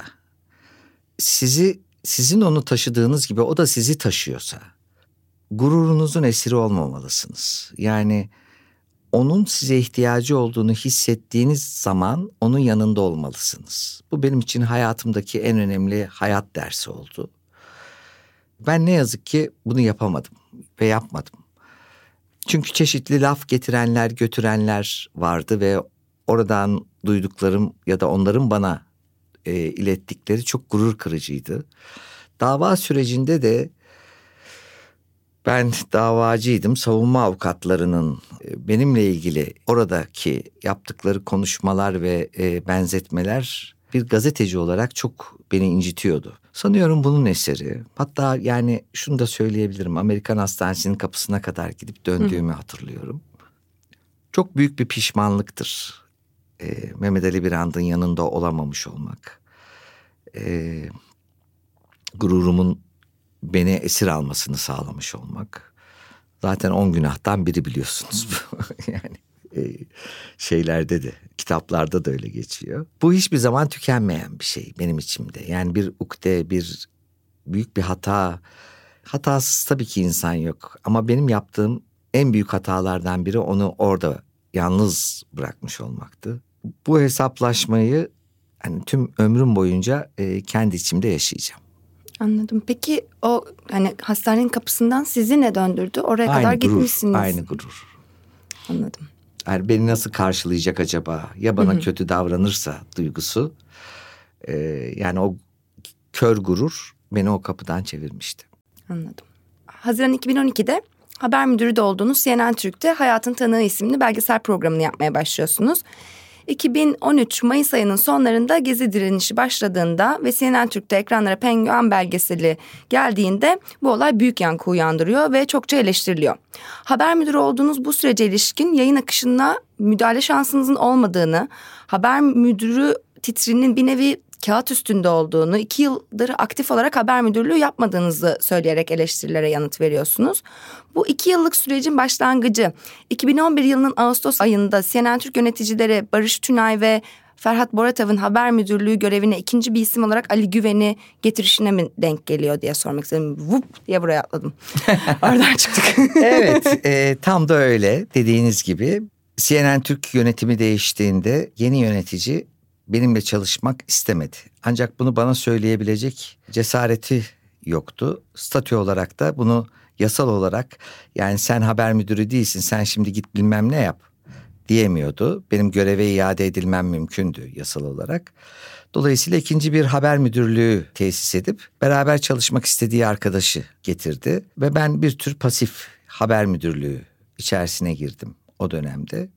sizi sizin onu taşıdığınız gibi o da sizi taşıyorsa, gururunuzun esiri olmamalısınız. Yani onun size ihtiyacı olduğunu hissettiğiniz zaman onun yanında olmalısınız. Bu benim için hayatımdaki en önemli hayat dersi oldu. Ben ne yazık ki bunu yapamadım ve yapmadım. Çünkü çeşitli laf getirenler, götürenler vardı ve oradan duyduklarım ya da onların bana e, ilettikleri çok gurur kırıcıydı. Dava sürecinde de ben davacıydım. Savunma avukatlarının benimle ilgili oradaki yaptıkları konuşmalar ve e, benzetmeler bir gazeteci olarak çok beni incitiyordu. Sanıyorum bunun eseri. Hatta yani şunu da söyleyebilirim. Amerikan Hastanesi'nin kapısına kadar gidip döndüğümü Hı. hatırlıyorum. Çok büyük bir pişmanlıktır. E, Mehmet Ali Birant'ın yanında olamamış olmak. E, gururumun beni esir almasını sağlamış olmak. Zaten on günahtan biri biliyorsunuz. Yani e, şeylerde de, kitaplarda da öyle geçiyor. Bu hiçbir zaman tükenmeyen bir şey benim içimde. Yani bir ukde, bir büyük bir hata. Hatasız tabii ki insan yok. Ama benim yaptığım en büyük hatalardan biri onu orada yalnız bırakmış olmaktı. Bu hesaplaşmayı hani tüm ömrüm boyunca e, kendi içimde yaşayacağım. Anladım. Peki o hani hastanenin kapısından sizi ne döndürdü? Oraya aynı kadar gurur, gitmişsiniz. Aynı gurur. Anladım. Yani beni nasıl karşılayacak acaba? Ya bana Hı-hı. kötü davranırsa duygusu. Ee, yani o kör gurur beni o kapıdan çevirmişti. Anladım. Haziran iki bin on ikide haber müdürü de olduğunuz C N N Türk'te Hayatın Tanığı isimli belgesel programını yapmaya başlıyorsunuz. iki bin on üç Mayıs ayının sonlarında Gezi direnişi başladığında ve C N N Türk'te ekranlara Penguen belgeseli geldiğinde bu olay büyük yankı uyandırıyor ve çokça eleştiriliyor. Haber müdürü olduğunuz bu sürece ilişkin yayın akışına müdahale şansınızın olmadığını, haber müdürü titrinin bir nevi kağıt üstünde olduğunu, iki yıldır aktif olarak haber müdürlüğü yapmadığınızı söyleyerek eleştirilere yanıt veriyorsunuz. Bu iki yıllık sürecin başlangıcı iki bin on bir yılının Ağustos ayında C N N Türk yöneticileri Barış Tünay ve Ferhat Boratav'ın haber müdürlüğü görevine ikinci bir isim olarak Ali Güven'i getirişine mi denk geliyor diye sormak istedim. Vup diye buraya atladım. Oradan çıktık. Evet, e, tam da öyle dediğiniz gibi. C N N Türk yönetimi değiştiğinde yeni yönetici benimle çalışmak istemedi. Ancak bunu bana söyleyebilecek cesareti yoktu. Statü olarak da bunu yasal olarak yani sen haber müdürü değilsin, sen şimdi git bilmem ne yap diyemiyordu. Benim göreve iade edilmem mümkündü yasal olarak. Dolayısıyla ikinci bir haber müdürlüğü tesis edip beraber çalışmak istediği arkadaşı getirdi. Ve ben bir tür pasif haber müdürlüğü içerisine girdim o dönemde.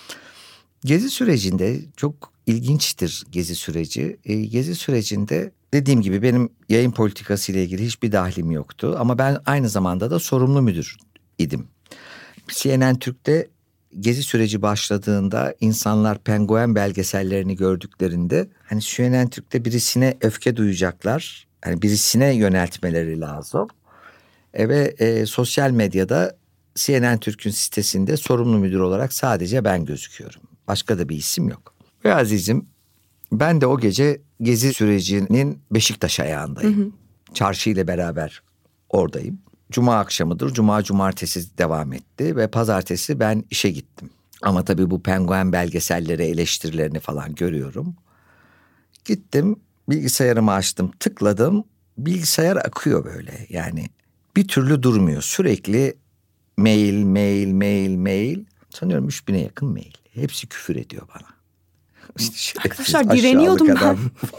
Gezi sürecinde çok ilginçtir Gezi süreci. E, Gezi sürecinde dediğim gibi benim yayın politikası ile ilgili hiçbir dahlim yoktu. Ama ben aynı zamanda da sorumlu müdür idim. C N N Türk'te Gezi süreci başladığında insanlar Penguen belgesellerini gördüklerinde hani C N N Türk'te birisine öfke duyacaklar. Yani birisine yöneltmeleri lazım. E, ve e, sosyal medyada C N N Türk'ün sitesinde sorumlu müdür olarak sadece ben gözüküyorum. Başka da bir isim yok. Ve azizim, ben de o gece gezi sürecinin Beşiktaş ayağındayım. Hı hı. Çarşı ile beraber oradayım. Cuma akşamıdır. Cuma cumartesi devam etti ve pazartesi ben işe gittim. Ama tabii bu penguen belgeselleri, eleştirilerini falan görüyorum. Gittim, bilgisayarımı açtım, tıkladım. Bilgisayar akıyor böyle, yani bir türlü durmuyor. Sürekli mail, mail, mail, mail. Sanıyorum üç bine yakın mail. Hepsi küfür ediyor bana. İşte arkadaşlar direniyordum ben.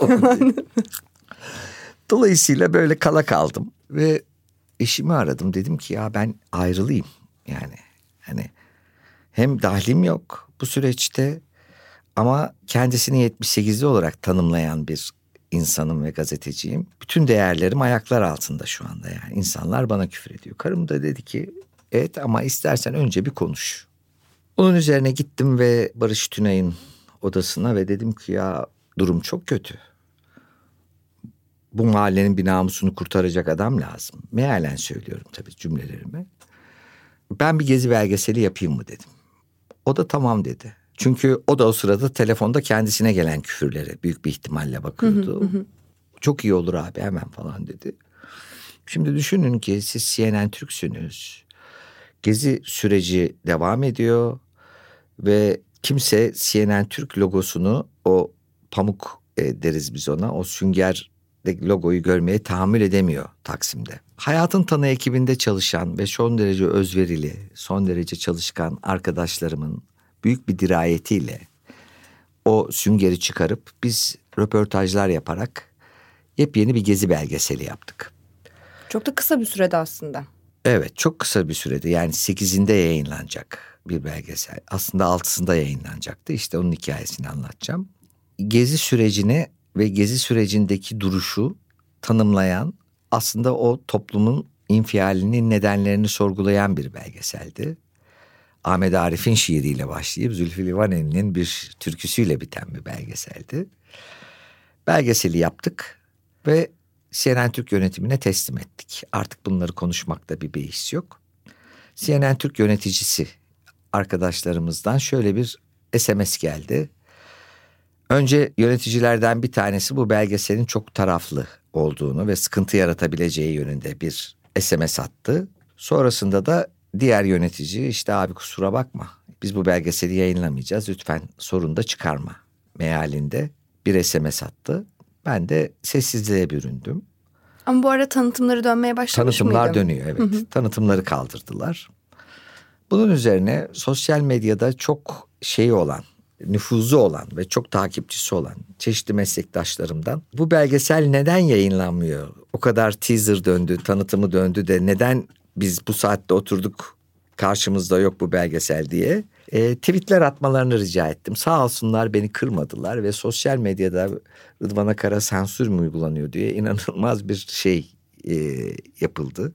Dolayısıyla böyle kala kaldım ve eşimi aradım. Dedim ki ya ben ayrılayım. Yani hani hem dahlim yok bu süreçte ama kendisini yetmiş sekizli olarak tanımlayan bir insanım ve gazeteciyim. Bütün değerlerim ayaklar altında şu anda yani. İnsanlar bana küfür ediyor. Karım da dedi ki evet ama istersen önce bir konuş. Onun üzerine gittim ve Barış Tünay'ın odasına ve dedim ki ya durum çok kötü. Bu mahallenin bir namusunu kurtaracak adam lazım. Mealen söylüyorum tabii cümlelerimi. Ben bir gezi belgeseli yapayım mı dedim. O da tamam dedi. Çünkü o da o sırada telefonda kendisine gelen küfürlere büyük bir ihtimalle bakıyordu. Hı hı hı. Çok iyi olur abi hemen falan dedi. Şimdi düşünün ki siz C N N Türk'sünüz. Gezi süreci devam ediyor ve kimse C N N Türk logosunu, o pamuk e, deriz biz ona, o sünger logoyu görmeye tahammül edemiyor Taksim'de. Hayatın Tanı ekibinde çalışan ve son derece özverili, son derece çalışkan arkadaşlarımın büyük bir dirayetiyle o süngeri çıkarıp biz röportajlar yaparak yepyeni bir gezi belgeseli yaptık. Çok da kısa bir sürede aslında. Evet, çok kısa bir sürede, yani sekizinde yayınlanacak bir belgesel. Aslında altısında yayınlanacaktı. İşte onun hikayesini anlatacağım. Gezi sürecini ve gezi sürecindeki duruşu tanımlayan, aslında o toplumun infialinin nedenlerini sorgulayan bir belgeseldi. Ahmet Arif'in şiiriyle başlayıp Zülfü Livaneli'nin bir türküsüyle biten bir belgeseldi. Belgeseli yaptık ve C N N Türk yönetimine teslim ettik. Artık bunları konuşmakta bir beis yok. C N N Türk yöneticisi arkadaşlarımızdan şöyle bir S M S geldi. Önce yöneticilerden bir tanesi bu belgeselin çok taraflı olduğunu ve sıkıntı yaratabileceği yönünde bir S M S attı. Sonrasında da diğer yönetici işte abi kusura bakma biz bu belgeseli yayınlamayacağız, lütfen sorun da çıkarma mealinde bir S M S attı. Ben de sessizliğe büründüm. Ama bu ara tanıtımları dönmeye başlamış mıydı? Tanıtımlar dönüyor, evet. Hı hı. Tanıtımları kaldırdılar. Bunun üzerine sosyal medyada çok şeyi olan, nüfuzu olan ve çok takipçisi olan çeşitli meslektaşlarımdan bu belgesel neden yayınlanmıyor? O kadar teaser döndü, tanıtımı döndü de neden biz bu saatte oturduk karşımızda yok bu belgesel diye e, tweetler atmalarını rica ettim. Sağ olsunlar beni kırmadılar ve sosyal medyada Rıdvan Akar'a sansür mü uygulanıyor diye inanılmaz bir şey e, yapıldı.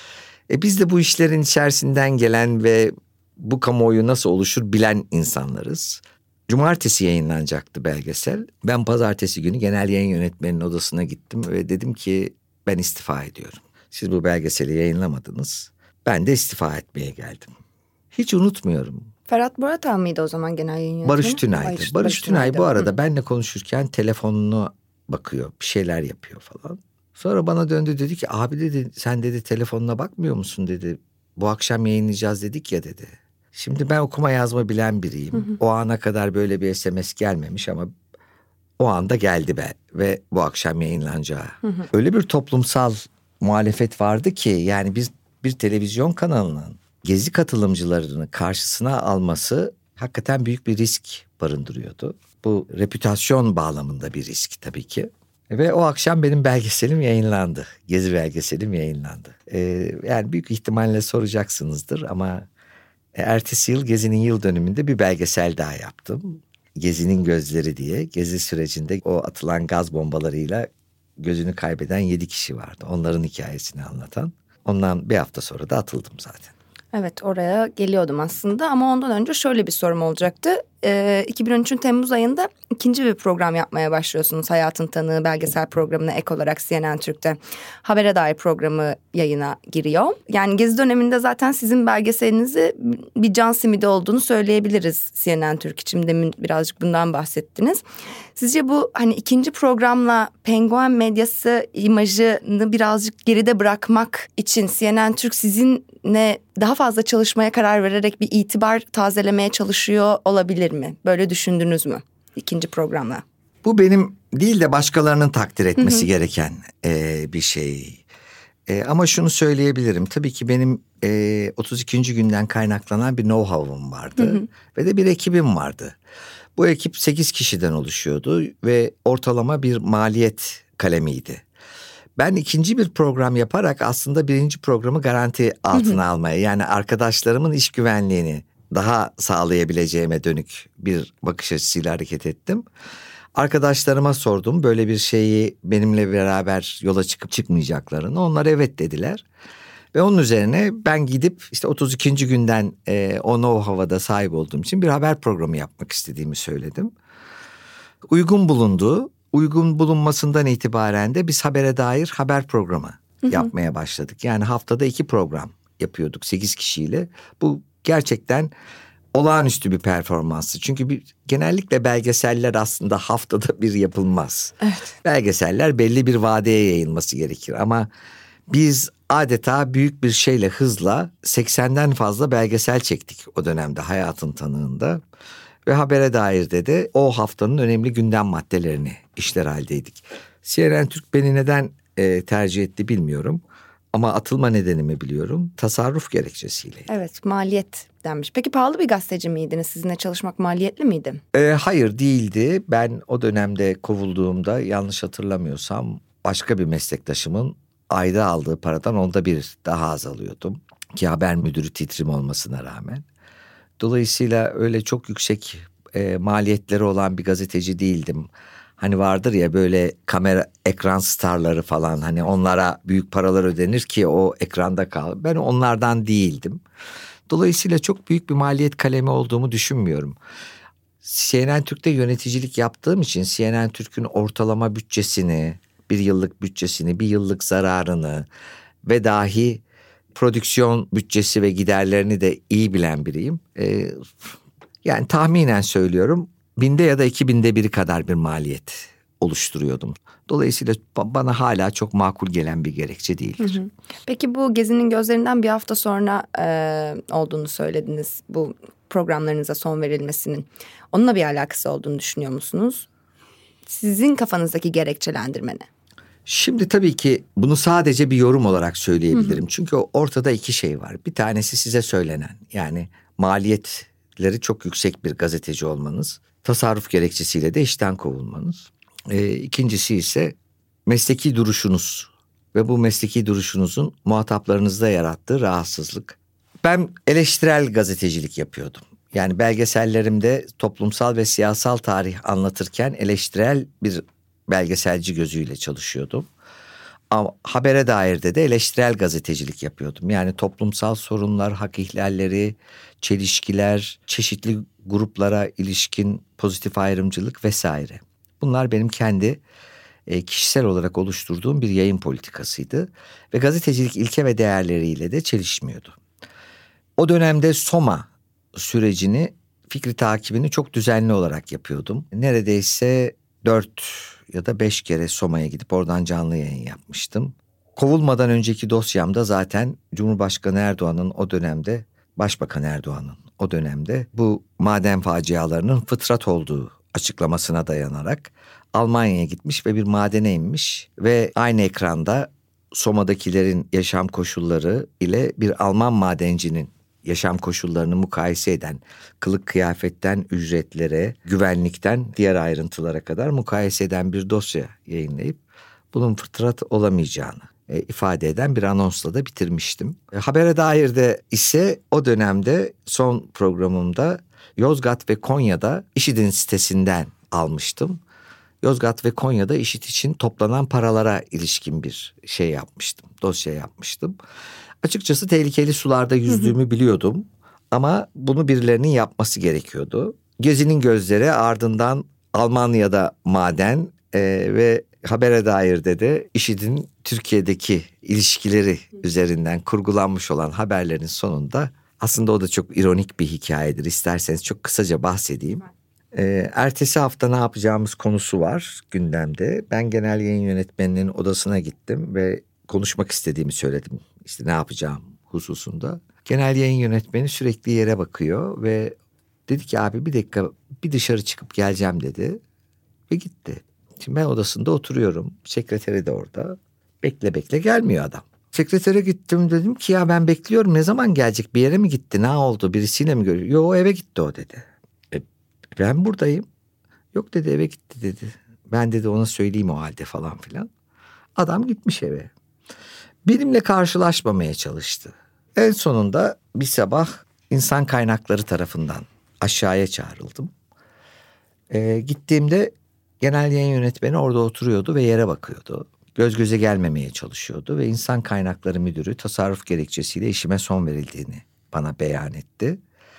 E, biz de bu işlerin içerisinden gelen ve bu kamuoyu nasıl oluşur bilen insanlarız. Cumartesi yayınlanacaktı belgesel. Ben pazartesi günü genel yayın yönetmeninin odasına gittim ve dedim ki ben istifa ediyorum. Siz bu belgeseli yayınlamadınız. Ben de istifa etmeye geldim. Hiç unutmuyorum. Ferhat Boratal mıydı o zaman genel yayın yönetmeni? Barış Tünay'dı. Barış, Barış, Barış Tünay bu arada Hı. benle konuşurken telefonuna bakıyor, bir şeyler yapıyor falan. Sonra bana döndü, dedi ki abi dedi sen dedi telefonuna bakmıyor musun dedi. Bu akşam yayınlayacağız dedik ya dedi. Şimdi ben okuma yazma bilen biriyim. Hı hı. O ana kadar böyle bir S M S gelmemiş ama o anda geldi be ve bu akşam yayınlanacağı. Hı hı. Öyle bir toplumsal muhalefet vardı ki yani biz bir televizyon kanalının gezi katılımcılarını karşısına alması hakikaten büyük bir risk barındırıyordu. Bu reputasyon bağlamında bir risk tabii ki. Ve o akşam benim belgeselim yayınlandı. Gezi belgeselim yayınlandı. Ee, yani büyük ihtimalle soracaksınızdır ama ertesi yıl Gezi'nin yıl dönümünde bir belgesel daha yaptım. Gezi'nin gözleri diye. Gezi sürecinde o atılan gaz bombalarıyla gözünü kaybeden yedi kişi vardı. Onların hikayesini anlatan. Ondan bir hafta sonra da atıldım zaten. Evet, oraya geliyordum aslında ama ondan önce şöyle bir sorum olacaktı. e, iki bin on üçün Temmuz ayında ikinci bir program yapmaya başlıyorsunuz. Hayatın Tanığı belgesel programına ek olarak C N N Türk'te Habere Dair programı yayına giriyor. Yani Gezi döneminde zaten sizin belgeselinizi bir can simidi olduğunu söyleyebiliriz C N N Türk için. Demin birazcık bundan bahsettiniz. Sizce bu hani ikinci programla penguen medyası imajını birazcık geride bırakmak için C N N Türk sizinle daha fazla çalışmaya karar vererek bir itibar tazelemeye çalışıyor olabilir mi? Böyle düşündünüz mü ikinci programla? Bu benim değil de başkalarının takdir etmesi hı hı. gereken e, bir şey. E, ama şunu söyleyebilirim. Tabii ki benim e, otuz ikinci günden kaynaklanan bir know-how'um vardı. Hı hı. Ve de bir ekibim vardı. Bu ekip sekiz kişiden oluşuyordu ve ortalama bir maliyet kalemiydi. Ben ikinci bir program yaparak aslında birinci programı garanti altına hı hı. almaya, yani arkadaşlarımın iş güvenliğini daha sağlayabileceğime dönük bir bakış açısıyla hareket ettim. Arkadaşlarıma sordum böyle bir şeyi benimle beraber yola çıkıp çıkmayacaklarını. Onlar evet dediler. Ve onun üzerine ben gidip işte otuz ikinci günden e, o know-how'a sahip olduğum için bir haber programı yapmak istediğimi söyledim. Uygun bulundu. Uygun bulunmasından itibaren de biz Habere Dair haber programı hı hı. yapmaya başladık. Yani haftada iki program yapıyorduk sekiz kişiyle. Bu gerçekten olağanüstü bir performansı. Çünkü bir, genellikle belgeseller aslında haftada bir yapılmaz. Evet. Belgeseller belli bir vadeye yayılması gerekir ama biz adeta büyük bir şeyle, hızla seksenden fazla belgesel çektik o dönemde Hayatın Tanığı'nda. Ve Habere Dair'de de o haftanın önemli gündem maddelerini işler haldeydik. C N N Türk beni neden e, tercih etti bilmiyorum. Ama atılma nedenimi biliyorum. Tasarruf gerekçesiyle. Evet, maliyet denmiş. Peki pahalı bir gazeteci miydiniz? Sizinle çalışmak maliyetli miydi? E, hayır değildi. Ben o dönemde kovulduğumda yanlış hatırlamıyorsam başka bir meslektaşımın ayda aldığı paradan onda bir daha az alıyordum. Ki haber müdürü titrim olmasına rağmen. Dolayısıyla öyle çok yüksek e, maliyetleri olan bir gazeteci değildim. Hani vardır ya böyle kamera ekran starları falan, hani onlara büyük paralar ödenir ki o ekranda kal. Ben onlardan değildim. Dolayısıyla çok büyük bir maliyet kalemi olduğumu düşünmüyorum. C N N Türk'te yöneticilik yaptığım için C N N Türk'ün ortalama bütçesini, bir yıllık bütçesini, bir yıllık zararını ve dahi prodüksiyon bütçesi ve giderlerini de iyi bilen biriyim. Ee, yani tahminen söylüyorum, binde ya da iki binde biri kadar bir maliyet oluşturuyordum. Dolayısıyla bana hala çok makul gelen bir gerekçe değildir. Hı hı. Peki bu Gezi'nin gözlerinden bir hafta sonra e, olduğunu söylediniz, bu programlarınıza son verilmesinin. Onunla bir alakası olduğunu düşünüyor musunuz? Sizin kafanızdaki gerekçelendirme ne? Şimdi tabii ki bunu sadece bir yorum olarak söyleyebilirim. Hı hı. Çünkü ortada iki şey var. Bir tanesi size söylenen, yani maliyetleri çok yüksek bir gazeteci olmanız, tasarruf gerekçesiyle de işten kovulmanız. Ee, ikincisi ise mesleki duruşunuz ve bu mesleki duruşunuzun muhataplarınızda yarattığı rahatsızlık. Ben eleştirel gazetecilik yapıyordum. Yani belgesellerimde toplumsal ve siyasal tarih anlatırken eleştirel bir belgeselci gözüyle çalışıyordum. Ama Habere Dair'de de eleştirel gazetecilik yapıyordum. Yani toplumsal sorunlar, hak ihlalleri, çelişkiler, çeşitli gruplara ilişkin pozitif ayrımcılık vesaire. Bunlar benim kendi e, kişisel olarak oluşturduğum bir yayın politikasıydı. Ve gazetecilik ilke ve değerleriyle de çelişmiyordu. O dönemde Soma sürecini, fikri takibini çok düzenli olarak yapıyordum. Neredeyse dört ya da beş kere Soma'ya gidip oradan canlı yayın yapmıştım. Kovulmadan önceki dosyamda zaten Cumhurbaşkanı Erdoğan'ın o dönemde, Başbakan Erdoğan'ın o dönemde bu maden facialarının fıtrat olduğu açıklamasına dayanarak Almanya'ya gitmiş ve bir madene inmiş ve aynı ekranda Soma'dakilerin yaşam koşulları ile bir Alman madencinin yaşam koşullarını mukayese eden, kılık kıyafetten ücretlere, güvenlikten diğer ayrıntılara kadar mukayese eden bir dosya yayınlayıp bunun fıtrat olamayacağını e, ifade eden bir anonsla da bitirmiştim. E, Habere Dair'de ise o dönemde son programımda Yozgat ve Konya'da IŞİD'in sitesinden almıştım. Yozgat ve Konya'da IŞİD için toplanan paralara ilişkin bir şey yapmıştım, dosya yapmıştım. Açıkçası tehlikeli sularda yüzdüğümü biliyordum ama bunu birilerinin yapması gerekiyordu. Gezi'nin gözleri, ardından Almanya'da maden e, ve Habere Dair'de de IŞİD'in Türkiye'deki ilişkileri üzerinden kurgulanmış olan haberlerin sonunda, aslında o da çok ironik bir hikayedir. İsterseniz çok kısaca bahsedeyim. Ee, ertesi hafta ne yapacağımız konusu var gündemde. Ben genel yayın yönetmeninin odasına gittim ve konuşmak istediğimi söyledim. İşte ne yapacağım hususunda. Genel yayın yönetmeni sürekli yere bakıyor ve dedi ki abi bir dakika bir dışarı çıkıp geleceğim dedi ve gitti. Şimdi ben odasında oturuyorum. Sekreteri de orada. Bekle bekle gelmiyor adam. Sekretere gittim, dedim ki ya ben bekliyorum, ne zaman gelecek, bir yere mi gitti, ne oldu, birisiyle mi görüyor? Yo, eve gitti o dedi. E, ben buradayım. Yok dedi, eve gitti dedi. Ben dedi ona söyleyeyim o halde falan filan. Adam gitmiş eve. Benimle karşılaşmamaya çalıştı. En sonunda bir sabah insan kaynakları tarafından aşağıya çağrıldım. E, gittiğimde genel yayın yönetmeni orada oturuyordu ve yere bakıyordu. Göz göze gelmemeye çalışıyordu ve insan kaynakları müdürü tasarruf gerekçesiyle işime son verildiğini bana beyan etti.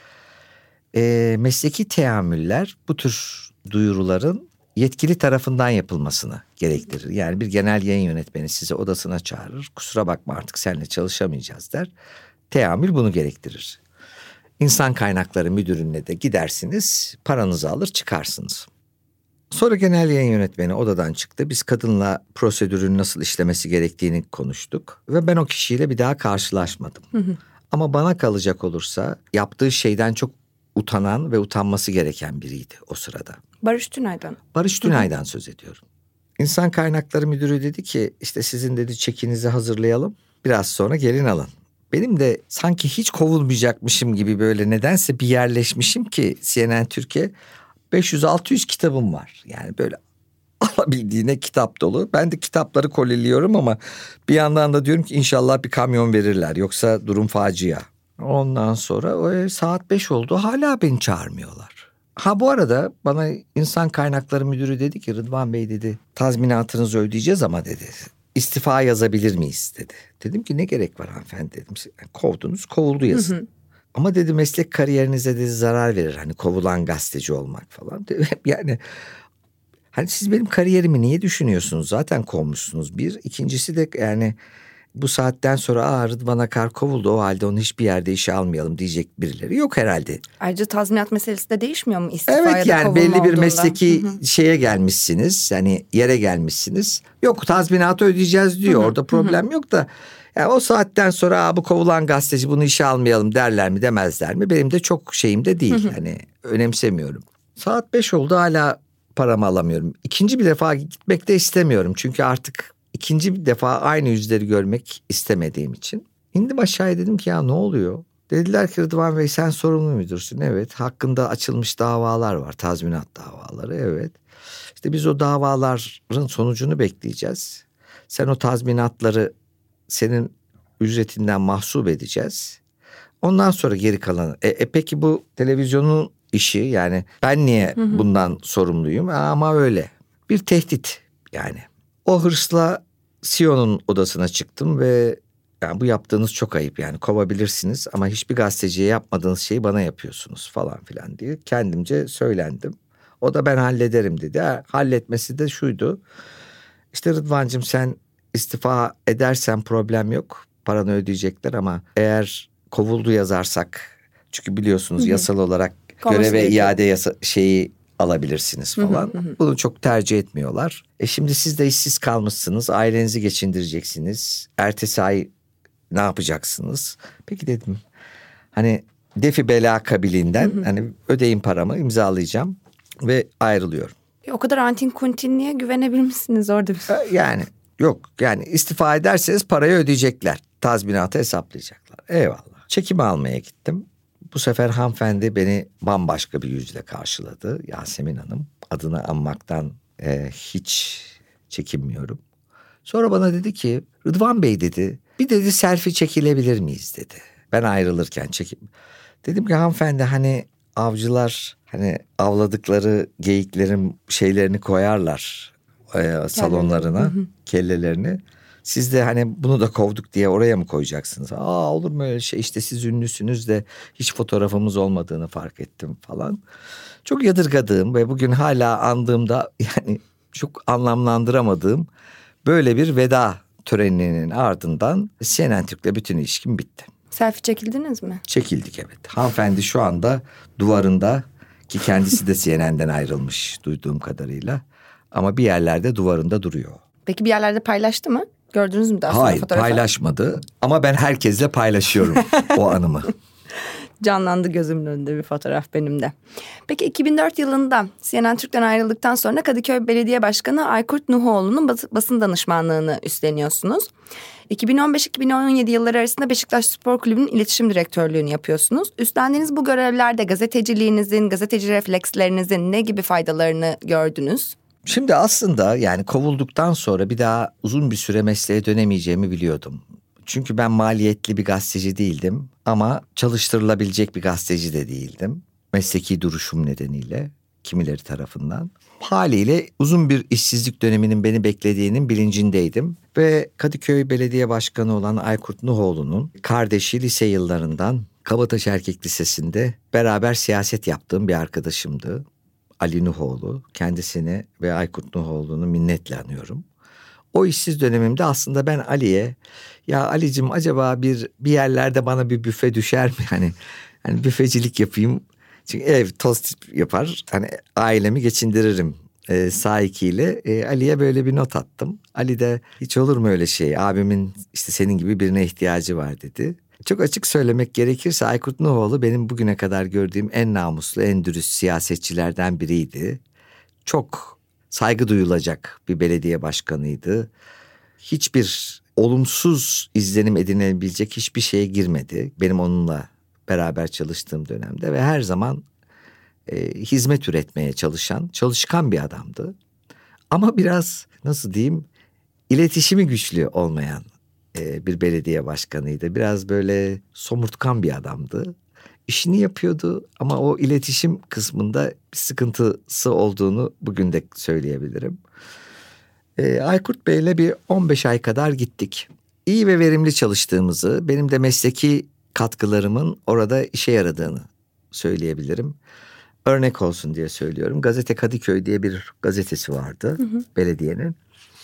E, mesleki teamüller bu tür duyuruların yetkili tarafından yapılmasını gerektirir. Yani bir genel yayın yönetmeni sizi odasına çağırır. Kusura bakma artık seninle çalışamayacağız der. Teamül bunu gerektirir. İnsan kaynakları müdürüne de gidersiniz, paranızı alır çıkarsınız. Sonra genel yayın yönetmeni odadan çıktı. Biz kadınla prosedürün nasıl işlemesi gerektiğini konuştuk. Ve ben o kişiyle bir daha karşılaşmadım. Hı hı. Ama bana kalacak olursa yaptığı şeyden çok utanan ve utanması gereken biriydi o sırada. Barış Tünay'dan. Barış Tünay'dan söz ediyorum. İnsan kaynakları müdürü dedi ki işte sizin dedi çekinizi hazırlayalım. Biraz sonra gelin alın. Benim de sanki hiç kovulmayacakmışım gibi böyle nedense bir yerleşmişim ki C N N Türkiye... beş yüz altı yüz kitabım var. Yani böyle alabildiğine kitap dolu. Ben de kitapları koliliyorum ama bir yandan da diyorum ki inşallah bir kamyon verirler. Yoksa durum facia. Ondan sonra o, saat beş oldu, hala beni çağırmıyorlar. Ha bu arada bana insan kaynakları müdürü dedi ki Rıdvan Bey dedi tazminatınızı ödeyeceğiz ama dedi istifa yazabilir miyiz dedi. Dedim ki ne gerek var hanımefendi dedim. Kovdunuz, kovuldu yazın. Hı hı. Ama dedi meslek kariyerinize dedi zarar verir. Hani kovulan gazeteci olmak falan. Yani hani siz benim kariyerimi niye düşünüyorsunuz? Zaten kovmuşsunuz. Bir. İkincisi de yani bu saatten sonra aa Rıdvan Akar kovuldu o halde onu hiçbir yerde işe almayalım diyecek birileri yok herhalde. Ayrıca tazminat meselesi de değişmiyor mu istifa evet, ya da yani kovulma belli bir olduğunda? mesleki Hı hı. şeye gelmişsiniz. Hani yere gelmişsiniz. Yok tazminatı ödeyeceğiz diyor. Hı hı. Orada problem hı hı. yok da. Yani o saatten sonra bu kovulan gazeteci bunu işe almayalım derler mi demezler mi? Benim de çok şeyim de değil. Hı hı. Hani önemsemiyorum. Saat beş oldu hala paramı alamıyorum. İkinci bir defa gitmek de istemiyorum. Çünkü artık ikinci bir defa aynı yüzleri görmek istemediğim için. İndim aşağıya dedim ki ya ne oluyor? Dediler ki Rıdvan Bey sen sorumlu müdürsün. Evet, hakkında açılmış davalar var, tazminat davaları, evet. İşte biz o davaların sonucunu bekleyeceğiz. Sen o tazminatları senin ücretinden mahsup edeceğiz. Ondan sonra geri kalanı. E, e peki bu televizyonun işi, yani ben niye hı hı. bundan sorumluyum? Ama öyle. Bir tehdit yani. O hırsla C E O'nun odasına çıktım ve yani bu yaptığınız çok ayıp, yani kovabilirsiniz ama hiçbir gazeteciye yapmadığınız şeyi bana yapıyorsunuz falan filan diye kendimce söylendim. O da ben hallederim dedi. Ha, halletmesi de şuydu. İşte Rıdvancığım sen istifa edersen problem yok. Paranı ödeyecekler ama eğer kovuldu yazarsak, çünkü biliyorsunuz hı hı. yasal olarak Komuş göreve gerekiyor. iade yasa şeyi alabilirsiniz falan. Hı hı hı. Bunu çok tercih etmiyorlar. E şimdi siz de işsiz kalmışsınız. Ailenizi geçindireceksiniz. Ertesi ay ne yapacaksınız? Peki dedim. Hani defi bela kabiliğinden hı hı. hani ödeyin paramı, imzalayacağım ve ayrılıyorum. E, o kadar antin kuntinliğe güvenebilmişsiniz orada. E, yani yok yani istifa ederseniz parayı ödeyecekler. Tazminatı hesaplayacaklar. Eyvallah. Çekimi almaya gittim. Bu sefer hanımefendi beni bambaşka bir yüzle karşıladı. Yasemin Hanım. Adını anmaktan e, hiç çekinmiyorum. Sonra bana dedi ki Rıdvan Bey dedi bir dedi selfie çekilebilir miyiz dedi. Ben ayrılırken çekim. Dedim ki hanımefendi hani avcılar hani avladıkları geyiklerin şeylerini koyarlar e, salonlarına, hı hı. kellelerini. Siz de hani bunu da kovduk diye oraya mı koyacaksınız? Aa olur mu öyle şey, işte siz ünlüsünüz de hiç fotoğrafımız olmadığını fark ettim falan. Çok yadırgadığım ve bugün hala andığımda yani çok anlamlandıramadığım böyle bir veda töreninin ardından C N N Türk'le bütün ilişkim bitti. Selfie çekildiniz mi? Çekildik, evet. Hanımefendi şu anda duvarında, ki kendisi de C N N'den ayrılmış duyduğum kadarıyla. Ama bir yerlerde duvarında duruyor. Peki bir yerlerde paylaştı mı? Gördünüz mü daha sonra Hayır, fotoğrafı? paylaşmadı ama ben herkesle paylaşıyorum o anımı. Canlandı gözümün önünde bir fotoğraf benim de. Peki iki bin dört yılında C N N Türk'ten ayrıldıktan sonra Kadıköy Belediye Başkanı Aykurt Nuhoğlu'nun bas- basın danışmanlığını üstleniyorsunuz. iki bin on beş iki bin on yedi yılları arasında Beşiktaş Spor Kulübü'nün iletişim direktörlüğünü yapıyorsunuz. Üstlendiğiniz bu görevlerde gazeteciliğinizin, gazeteci reflekslerinizin ne gibi faydalarını gördünüz? Şimdi aslında yani kovulduktan sonra bir daha uzun bir süre mesleğe dönemeyeceğimi biliyordum. Çünkü ben maliyetli bir gazeteci değildim ama çalıştırılabilecek bir gazeteci de değildim. Mesleki duruşum nedeniyle kimileri tarafından. Haliyle uzun bir işsizlik döneminin beni beklediğinin bilincindeydim. Ve Kadıköy Belediye Başkanı olan Aykurt Nuhoğlu'nun kardeşi lise yıllarından Kabataş Erkek Lisesi'nde beraber siyaset yaptığım bir arkadaşımdı. Ali Nuhoğlu. Kendisini ve Aykurt Nuhoğlu'nu minnetle anıyorum. O işsiz dönemimde aslında ben Ali'ye, ya Ali'cim acaba bir bir yerlerde bana bir büfe düşer mi? Hani, hani büfecilik yapayım. Çünkü ev tost yapar. Hani ailemi geçindiririm e, sahikiyle. E, Ali'ye böyle bir not attım. Ali de hiç olur mu öyle şey? Abimin işte senin gibi birine ihtiyacı var dedi. Çok açık söylemek gerekirse Aykurt Nuhoğlu benim bugüne kadar gördüğüm en namuslu, en dürüst siyasetçilerden biriydi. Çok saygı duyulacak bir belediye başkanıydı. Hiçbir olumsuz izlenim edinebilecek hiçbir şeye girmedi benim onunla beraber çalıştığım dönemde ve her zaman e, hizmet üretmeye çalışan, çalışkan bir adamdı. Ama biraz nasıl diyeyim, iletişimi güçlü olmayan e, bir belediye başkanıydı. Biraz böyle somurtkan bir adamdı. İşini yapıyordu ama o iletişim kısmında bir sıkıntısı olduğunu bugün de söyleyebilirim. E, Aykurt Bey'le bir on beş ay kadar gittik. İyi ve verimli çalıştığımızı, benim de mesleki katkılarımın orada işe yaradığını söyleyebilirim. Örnek olsun diye söylüyorum. Gazete Kadıköy diye bir gazetesi vardı, hı hı, belediyenin.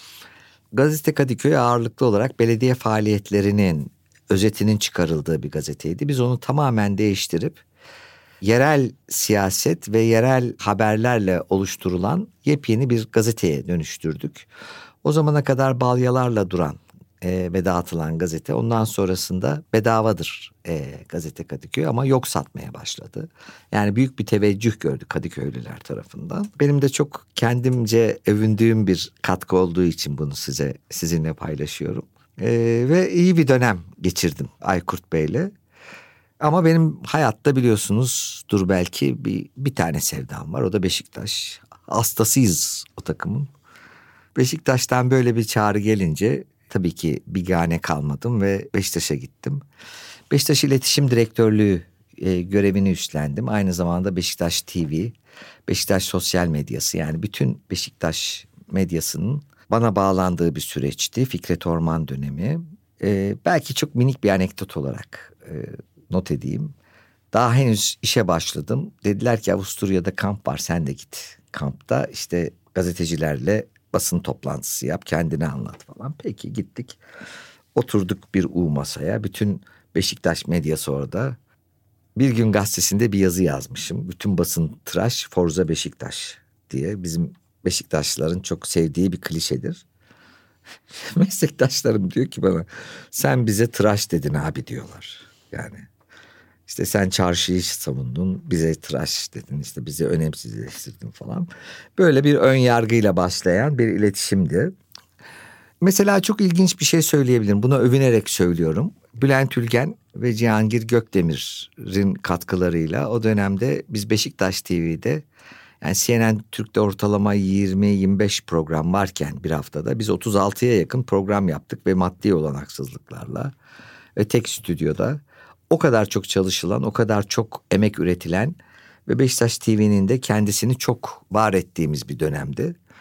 Gazete Kadıköy ağırlıklı olarak belediye faaliyetlerinin özetinin çıkarıldığı bir gazeteydi. Biz onu tamamen değiştirip yerel siyaset ve yerel haberlerle oluşturulan yepyeni bir gazeteye dönüştürdük. O zamana kadar balyalarla duran e, ve dağıtılan gazete ondan sonrasında bedavadır e, Gazete Kadıköy ama yok satmaya başladı. Yani büyük bir teveccüh gördü Kadıköylüler tarafından. Benim de çok kendimce övündüğüm bir katkı olduğu için bunu size sizinle paylaşıyorum. E, ve iyi bir dönem geçirdim Aykurt Bey'le. Ama benim hayatta biliyorsunuzdur belki bir, bir tane sevdam var. O da Beşiktaş. Hastasıyız o takımın. Beşiktaş'tan böyle bir çağrı gelince tabii ki bigane kalmadım ve Beşiktaş'a gittim. Beşiktaş İletişim Direktörlüğü e, görevini üstlendim. Aynı zamanda Beşiktaş T V, Beşiktaş Sosyal Medyası, yani bütün Beşiktaş medyasının bana bağlandığı bir süreçti. Fikret Orman dönemi. E, belki çok minik bir anekdot olarak e, not edeyim. Daha henüz işe başladım. Dediler ki Avusturya'da kamp var, sen de git. Kampta işte gazetecilerle basın toplantısı yap, kendini anlat falan. Peki gittik. Oturduk bir U masaya. Bütün Beşiktaş medyası orada. Bir Gün Gazetesi'nde bir yazı yazmışım. Bütün basın tıraş, Forza Beşiktaş diye. Bizim Beşiktaşlıların çok sevdiği bir klişedir. Meslektaşlarım diyor ki bana, sen bize tıraş dedin abi diyorlar. Yani işte sen çarşıyı savundun, bize tıraş dedin, işte bizi önemsizleştirdin falan. Böyle bir ön yargıyla başlayan bir iletişimdi. Mesela çok ilginç bir şey söyleyebilirim. Bunu övünerek söylüyorum. Bülent Ülgen ve Cihangir Gökdemir'in katkılarıyla o dönemde biz Beşiktaş T V'de, yani C N N Türk'te ortalama yirmi yirmi beş program varken bir haftada biz otuz altıya yakın program yaptık ve maddi olanaksızlıklarla ve tek stüdyoda o kadar çok çalışılan, o kadar çok emek üretilen ve Beşiktaş T V'nin de kendisini çok var ettiğimiz bir dönemdi.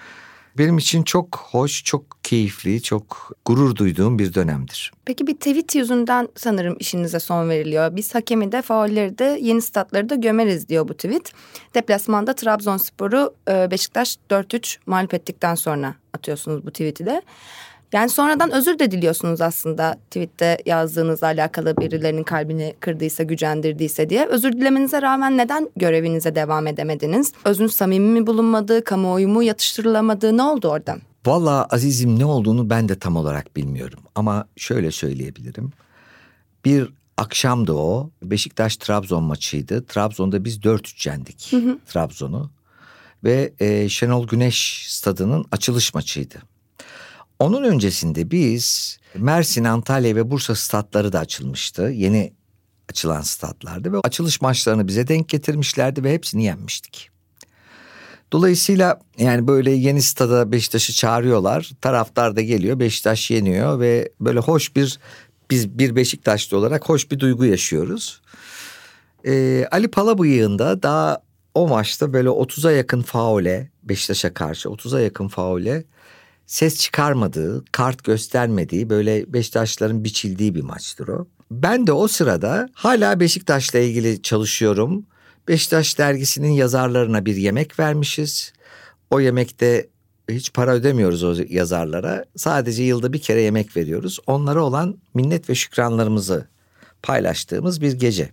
Benim için çok hoş, çok keyifli, çok gurur duyduğum bir dönemdir. Peki bir tweet yüzünden sanırım işinize son veriliyor. Biz hakemi de faulleri de yeni statları da gömeriz diyor bu tweet. Deplasmanda Trabzonspor'u Beşiktaş dört üç mağlup ettikten sonra atıyorsunuz bu tweet'i de. Yani sonradan özür de diliyorsunuz aslında tweette yazdığınızla alakalı, birilerinin kalbini kırdıysa, gücendirdiyse diye. Özür dilemenize rağmen neden görevinize devam edemediniz? Özün samimi mi bulunmadı, kamuoyu mu yatıştırılamadı, ne oldu orada? Vallahi azizim, ne olduğunu ben de tam olarak bilmiyorum. Ama şöyle söyleyebilirim. Bir akşamdı o. Beşiktaş-Trabzon maçıydı. Trabzon'da biz dört üç yendik Trabzon'u. Ve e, Şenol Güneş stadının açılış maçıydı. Onun öncesinde biz Mersin, Antalya ve Bursa statları da açılmıştı. Yeni açılan statlardı ve açılış maçlarını bize denk getirmişlerdi ve hepsini yenmiştik. Dolayısıyla yani böyle yeni stada Beşiktaş'ı çağırıyorlar. Taraftar da geliyor, Beşiktaş yeniyor ve böyle hoş bir, biz bir Beşiktaşlı olarak hoş bir duygu yaşıyoruz. Ee, Ali Palabıyık'ın da daha o maçta böyle otuza yakın faule, Beşiktaş'a karşı otuza yakın faule ses çıkarmadığı, kart göstermediği, böyle Beşiktaşlıların biçildiği bir maçtır o. Ben de o sırada hala Beşiktaş'la ilgili çalışıyorum. Beşiktaş dergisinin yazarlarına bir yemek vermişiz. O yemekte hiç para ödemiyoruz o yazarlara. Sadece yılda bir kere yemek veriyoruz. Onlara olan minnet ve şükranlarımızı paylaştığımız bir gece.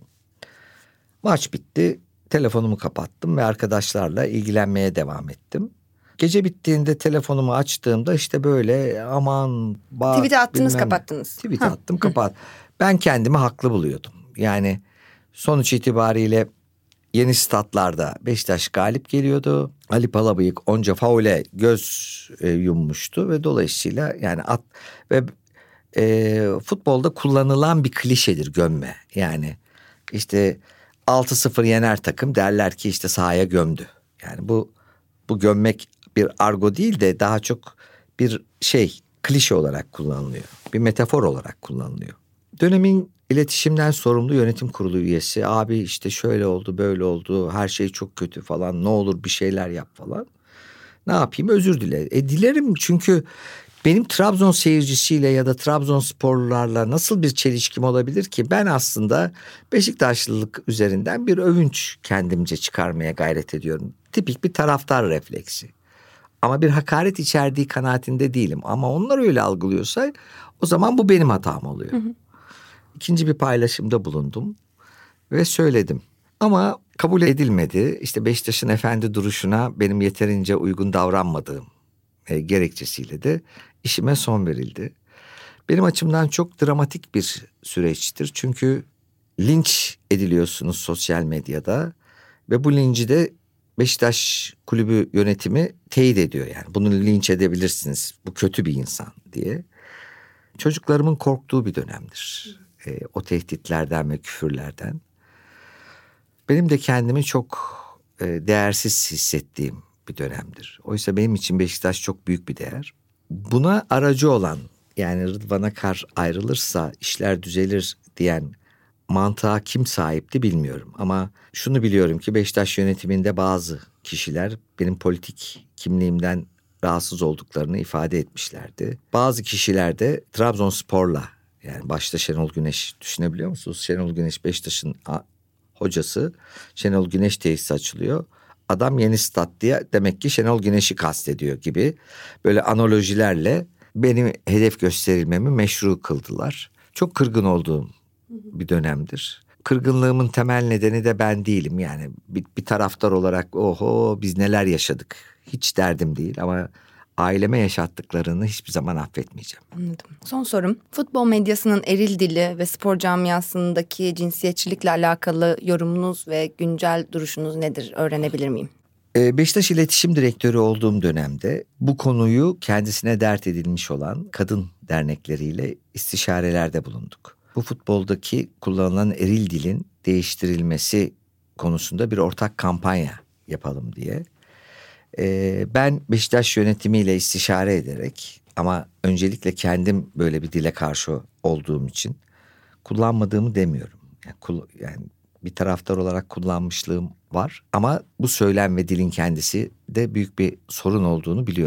Maç bitti. Telefonumu kapattım ve arkadaşlarla ilgilenmeye devam ettim. Gece bittiğinde telefonumu açtığımda işte böyle aman bak. Tweet'i attınız, bilmem, kapattınız. Tweet'i attım, kapat. Ben kendimi haklı buluyordum. Yani sonuç itibariyle yeni statlarda Beşiktaş galip geliyordu. Ali Palabıyık onca faule göz e, yummuştu ve dolayısıyla yani at ve e, futbolda kullanılan bir klişedir gömme. Yani işte altı sıfır yener takım derler ki işte sahaya gömdü. Yani bu bu gömmek bir argo değil de daha çok bir şey, klişe olarak kullanılıyor. Bir metafor olarak kullanılıyor. Dönemin iletişimden sorumlu yönetim kurulu üyesi, abi işte şöyle oldu, böyle oldu, her şey çok kötü falan, ne olur bir şeyler yap falan. Ne yapayım, özür dile. E dilerim, çünkü benim Trabzon seyircisiyle ya da Trabzonsporlularla nasıl bir çelişkim olabilir ki? Ben aslında Beşiktaşlılık üzerinden bir övünç kendimce çıkarmaya gayret ediyorum. Tipik bir taraftar refleksi. Ama bir hakaret içerdiği kanaatinde değilim. Ama onlar öyle algılıyorsa o zaman bu benim hatam oluyor. Hı hı. İkinci bir paylaşımda bulundum ve söyledim. Ama kabul edilmedi. İşte Beşiktaş'ın efendi duruşuna benim yeterince uygun davranmadığım e, gerekçesiyle de işime son verildi. Benim açımdan çok dramatik bir süreçtir. Çünkü linç ediliyorsunuz sosyal medyada ve bu linci de Beşiktaş kulübü yönetimi teyit ediyor yani. Bunu linç edebilirsiniz, bu kötü bir insan diye. Çocuklarımın korktuğu bir dönemdir. E, o tehditlerden ve küfürlerden. Benim de kendimi çok e, değersiz hissettiğim bir dönemdir. Oysa benim için Beşiktaş çok büyük bir değer. Buna aracı olan, yani Rıdvan Akar ayrılırsa işler düzelir diyen mantığa kim sahipti bilmiyorum. Ama şunu biliyorum ki Beşiktaş yönetiminde bazı kişiler benim politik kimliğimden rahatsız olduklarını ifade etmişlerdi. Bazı kişiler de Trabzonspor'la, yani başta Şenol Güneş, düşünebiliyor musunuz? Şenol Güneş Beşiktaş'ın hocası, Şenol Güneş tesisi açılıyor. Adam yeni stat diye demek ki Şenol Güneş'i kastediyor gibi böyle analojilerle benim hedef gösterilmemi meşru kıldılar. Çok kırgın olduğum bir dönemdir. Kırgınlığımın temel nedeni de ben değilim. Yani bir, bir taraftar olarak oho biz neler yaşadık hiç derdim değil, ama aileme yaşattıklarını hiçbir zaman affetmeyeceğim. Anladım. Son sorum. Futbol medyasının eril dili ve spor camiasındaki cinsiyetçilikle alakalı yorumunuz ve güncel duruşunuz nedir? Öğrenebilir miyim? Beşiktaş İletişim Direktörü olduğum dönemde bu konuyu kendisine dert edilmiş olan kadın dernekleriyle istişarelerde bulunduk. Bu futboldaki kullanılan eril dilin değiştirilmesi konusunda bir ortak kampanya yapalım diye. Ee, ben Beşiktaş yönetimiyle istişare ederek, ama öncelikle kendim böyle bir dile karşı olduğum için kullanmadığımı demiyorum. Yani, kul- yani bir taraftar olarak kullanmışlığım var, ama bu söylem ve dilin kendisi de büyük bir sorun olduğunu biliyorum.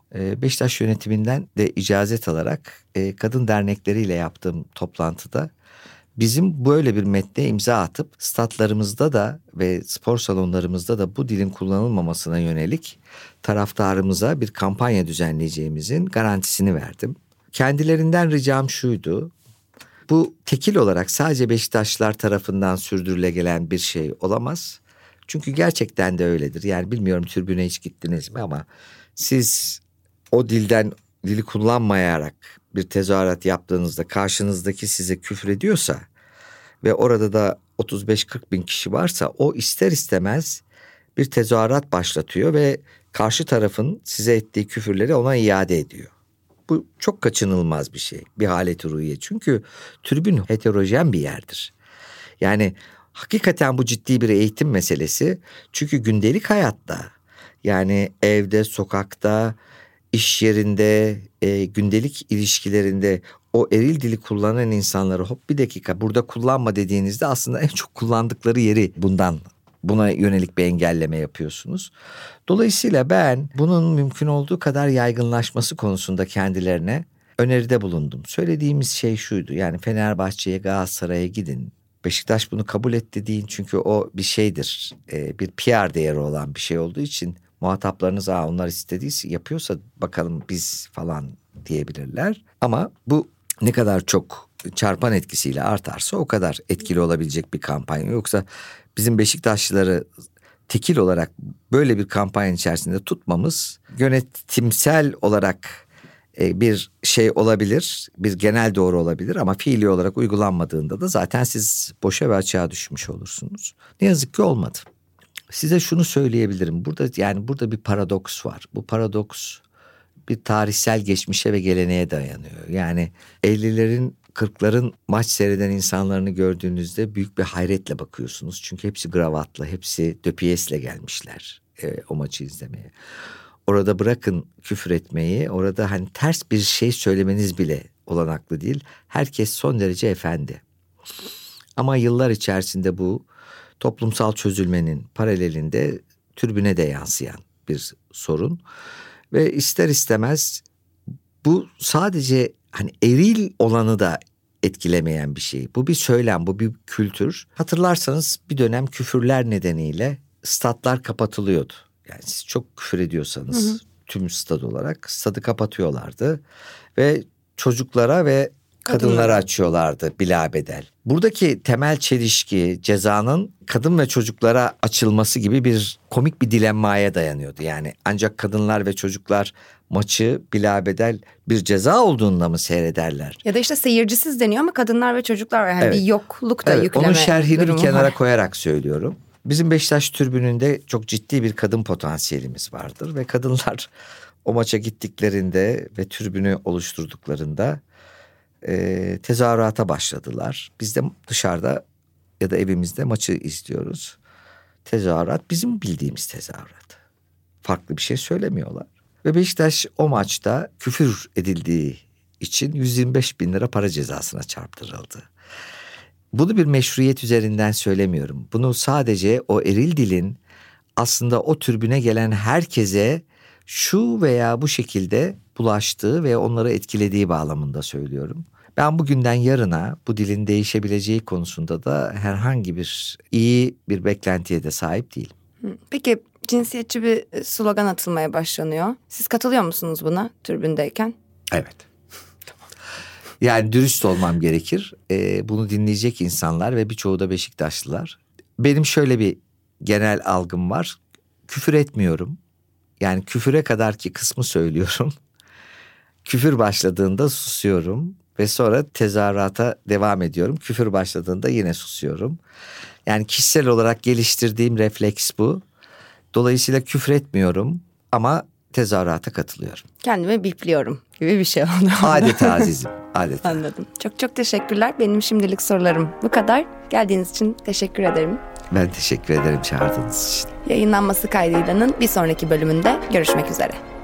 Beşiktaş yönetiminden de icazet alarak kadın dernekleriyle yaptığım toplantıda bizim böyle bir metne imza atıp statlarımızda da ve spor salonlarımızda da bu dilin kullanılmamasına yönelik taraftarımıza bir kampanya düzenleyeceğimizin garantisini verdim. Kendilerinden ricam şuydu: bu tekil olarak sadece Beşiktaşlılar tarafından sürdürüle gelen bir şey olamaz. Çünkü gerçekten de öyledir. Yani bilmiyorum tribüne hiç gittiniz mi ama siz o dilden dili kullanmayarak bir tezahürat yaptığınızda karşınızdaki size küfür ediyorsa ve orada da otuz beş kırk bin kişi varsa o ister istemez bir tezahürat başlatıyor ve karşı tarafın size ettiği küfürleri ona iade ediyor. Bu çok kaçınılmaz bir şey, bir halet-i ruhiye. Çünkü tribün heterojen bir yerdir. Yani hakikaten bu ciddi bir eğitim meselesi. Çünkü gündelik hayatta, yani evde, sokakta, iş yerinde, e, gündelik ilişkilerinde o eril dili kullanan insanları hop bir dakika burada kullanma dediğinizde aslında en çok kullandıkları yeri bundan buna yönelik bir engelleme yapıyorsunuz. Dolayısıyla ben bunun mümkün olduğu kadar yaygınlaşması konusunda kendilerine öneride bulundum. Söylediğimiz şey şuydu: yani Fenerbahçe'ye, Galatasaray'a gidin. Beşiktaş bunu kabul etti deyin, çünkü o bir şeydir. E, bir P R değeri olan bir şey olduğu için muhataplarınız Aa, onlar istediyse yapıyorsa bakalım biz falan diyebilirler. Ama bu ne kadar çok çarpan etkisiyle artarsa o kadar etkili olabilecek bir kampanya. Yoksa bizim Beşiktaşlıları tekil olarak böyle bir kampanyanın içerisinde tutmamız yönetimsel olarak bir şey olabilir, bir genel doğru olabilir ama fiili olarak uygulanmadığında da zaten siz boşa ve açığa düşmüş olursunuz. Ne yazık ki olmadı. Size şunu söyleyebilirim. Burada yani burada bir paradoks var. Bu paradoks bir tarihsel geçmişe ve geleneğe dayanıyor. Yani ellilerin, kırkların maç seyreden insanlarını gördüğünüzde büyük bir hayretle bakıyorsunuz. Çünkü hepsi gravatla, hepsi döpiyesle gelmişler e, o maçı izlemeye. Orada bırakın küfür etmeyi, orada hani ters bir şey söylemeniz bile olanaklı değil. Herkes son derece efendi. Ama yıllar içerisinde bu toplumsal çözülmenin paralelinde tribüne de yansıyan bir sorun. Ve ister istemez bu sadece hani eril olanı da etkilemeyen bir şey. Bu bir söylem, bu bir kültür. Hatırlarsanız bir dönem küfürler nedeniyle statlar kapatılıyordu. Yani siz çok küfür ediyorsanız hı hı. tüm stad olarak stadı kapatıyorlardı. Ve çocuklara ve kadınlara Kadınlar. açıyorlardı bilabedel. Buradaki temel çelişki cezanın kadın ve çocuklara açılması gibi bir komik bir dilemmaya dayanıyordu. Yani ancak kadınlar ve çocuklar maçı bilabedel bir ceza olduğunda mı seyrederler? Ya da işte seyircisiz deniyor ama kadınlar ve çocuklar var. Yani evet. Bir yokluk da evet, yükleme onun şerhini bir kenara var. koyarak söylüyorum. Bizim Beşiktaş tribününde çok ciddi bir kadın potansiyelimiz vardır. Ve kadınlar o maça gittiklerinde ve tribünü oluşturduklarında e, tezahürata başladılar. Biz de dışarıda ya da evimizde maçı izliyoruz. Tezahürat bizim bildiğimiz tezahürat. Farklı bir şey söylemiyorlar. Ve Beşiktaş o maçta küfür edildiği için yüz yirmi beş bin lira para cezasına çarptırıldı. Bunu bir meşruiyet üzerinden söylemiyorum. Bunu sadece o eril dilin aslında o tribüne gelen herkese şu veya bu şekilde bulaştığı ve onları etkilediği bağlamında söylüyorum. Ben bugünden yarına bu dilin değişebileceği konusunda da herhangi bir iyi bir beklentiye de sahip değilim. Peki cinsiyetçi bir slogan atılmaya başlanıyor. Siz katılıyor musunuz buna tribündeyken? Evet. Yani dürüst olmam gerekir. Ee, bunu dinleyecek insanlar ve birçoğu da Beşiktaşlılar. Benim şöyle bir genel algım var. Küfür etmiyorum. Yani küfüre kadarki kısmı söylüyorum. Küfür başladığında susuyorum ve sonra tezahürata devam ediyorum. Küfür başladığında yine susuyorum. Yani kişisel olarak geliştirdiğim refleks bu. Dolayısıyla küfür etmiyorum ama tezahürata katılıyorum. Kendimi bipliyorum gibi bir şey oldu. Adeta azizim. Adeta. Anladım. Çok çok teşekkürler. Benim şimdilik sorularım bu kadar. Geldiğiniz için teşekkür ederim. Ben teşekkür ederim çağırdığınız için. Yayınlanması kaydıylanın bir sonraki bölümünde görüşmek üzere.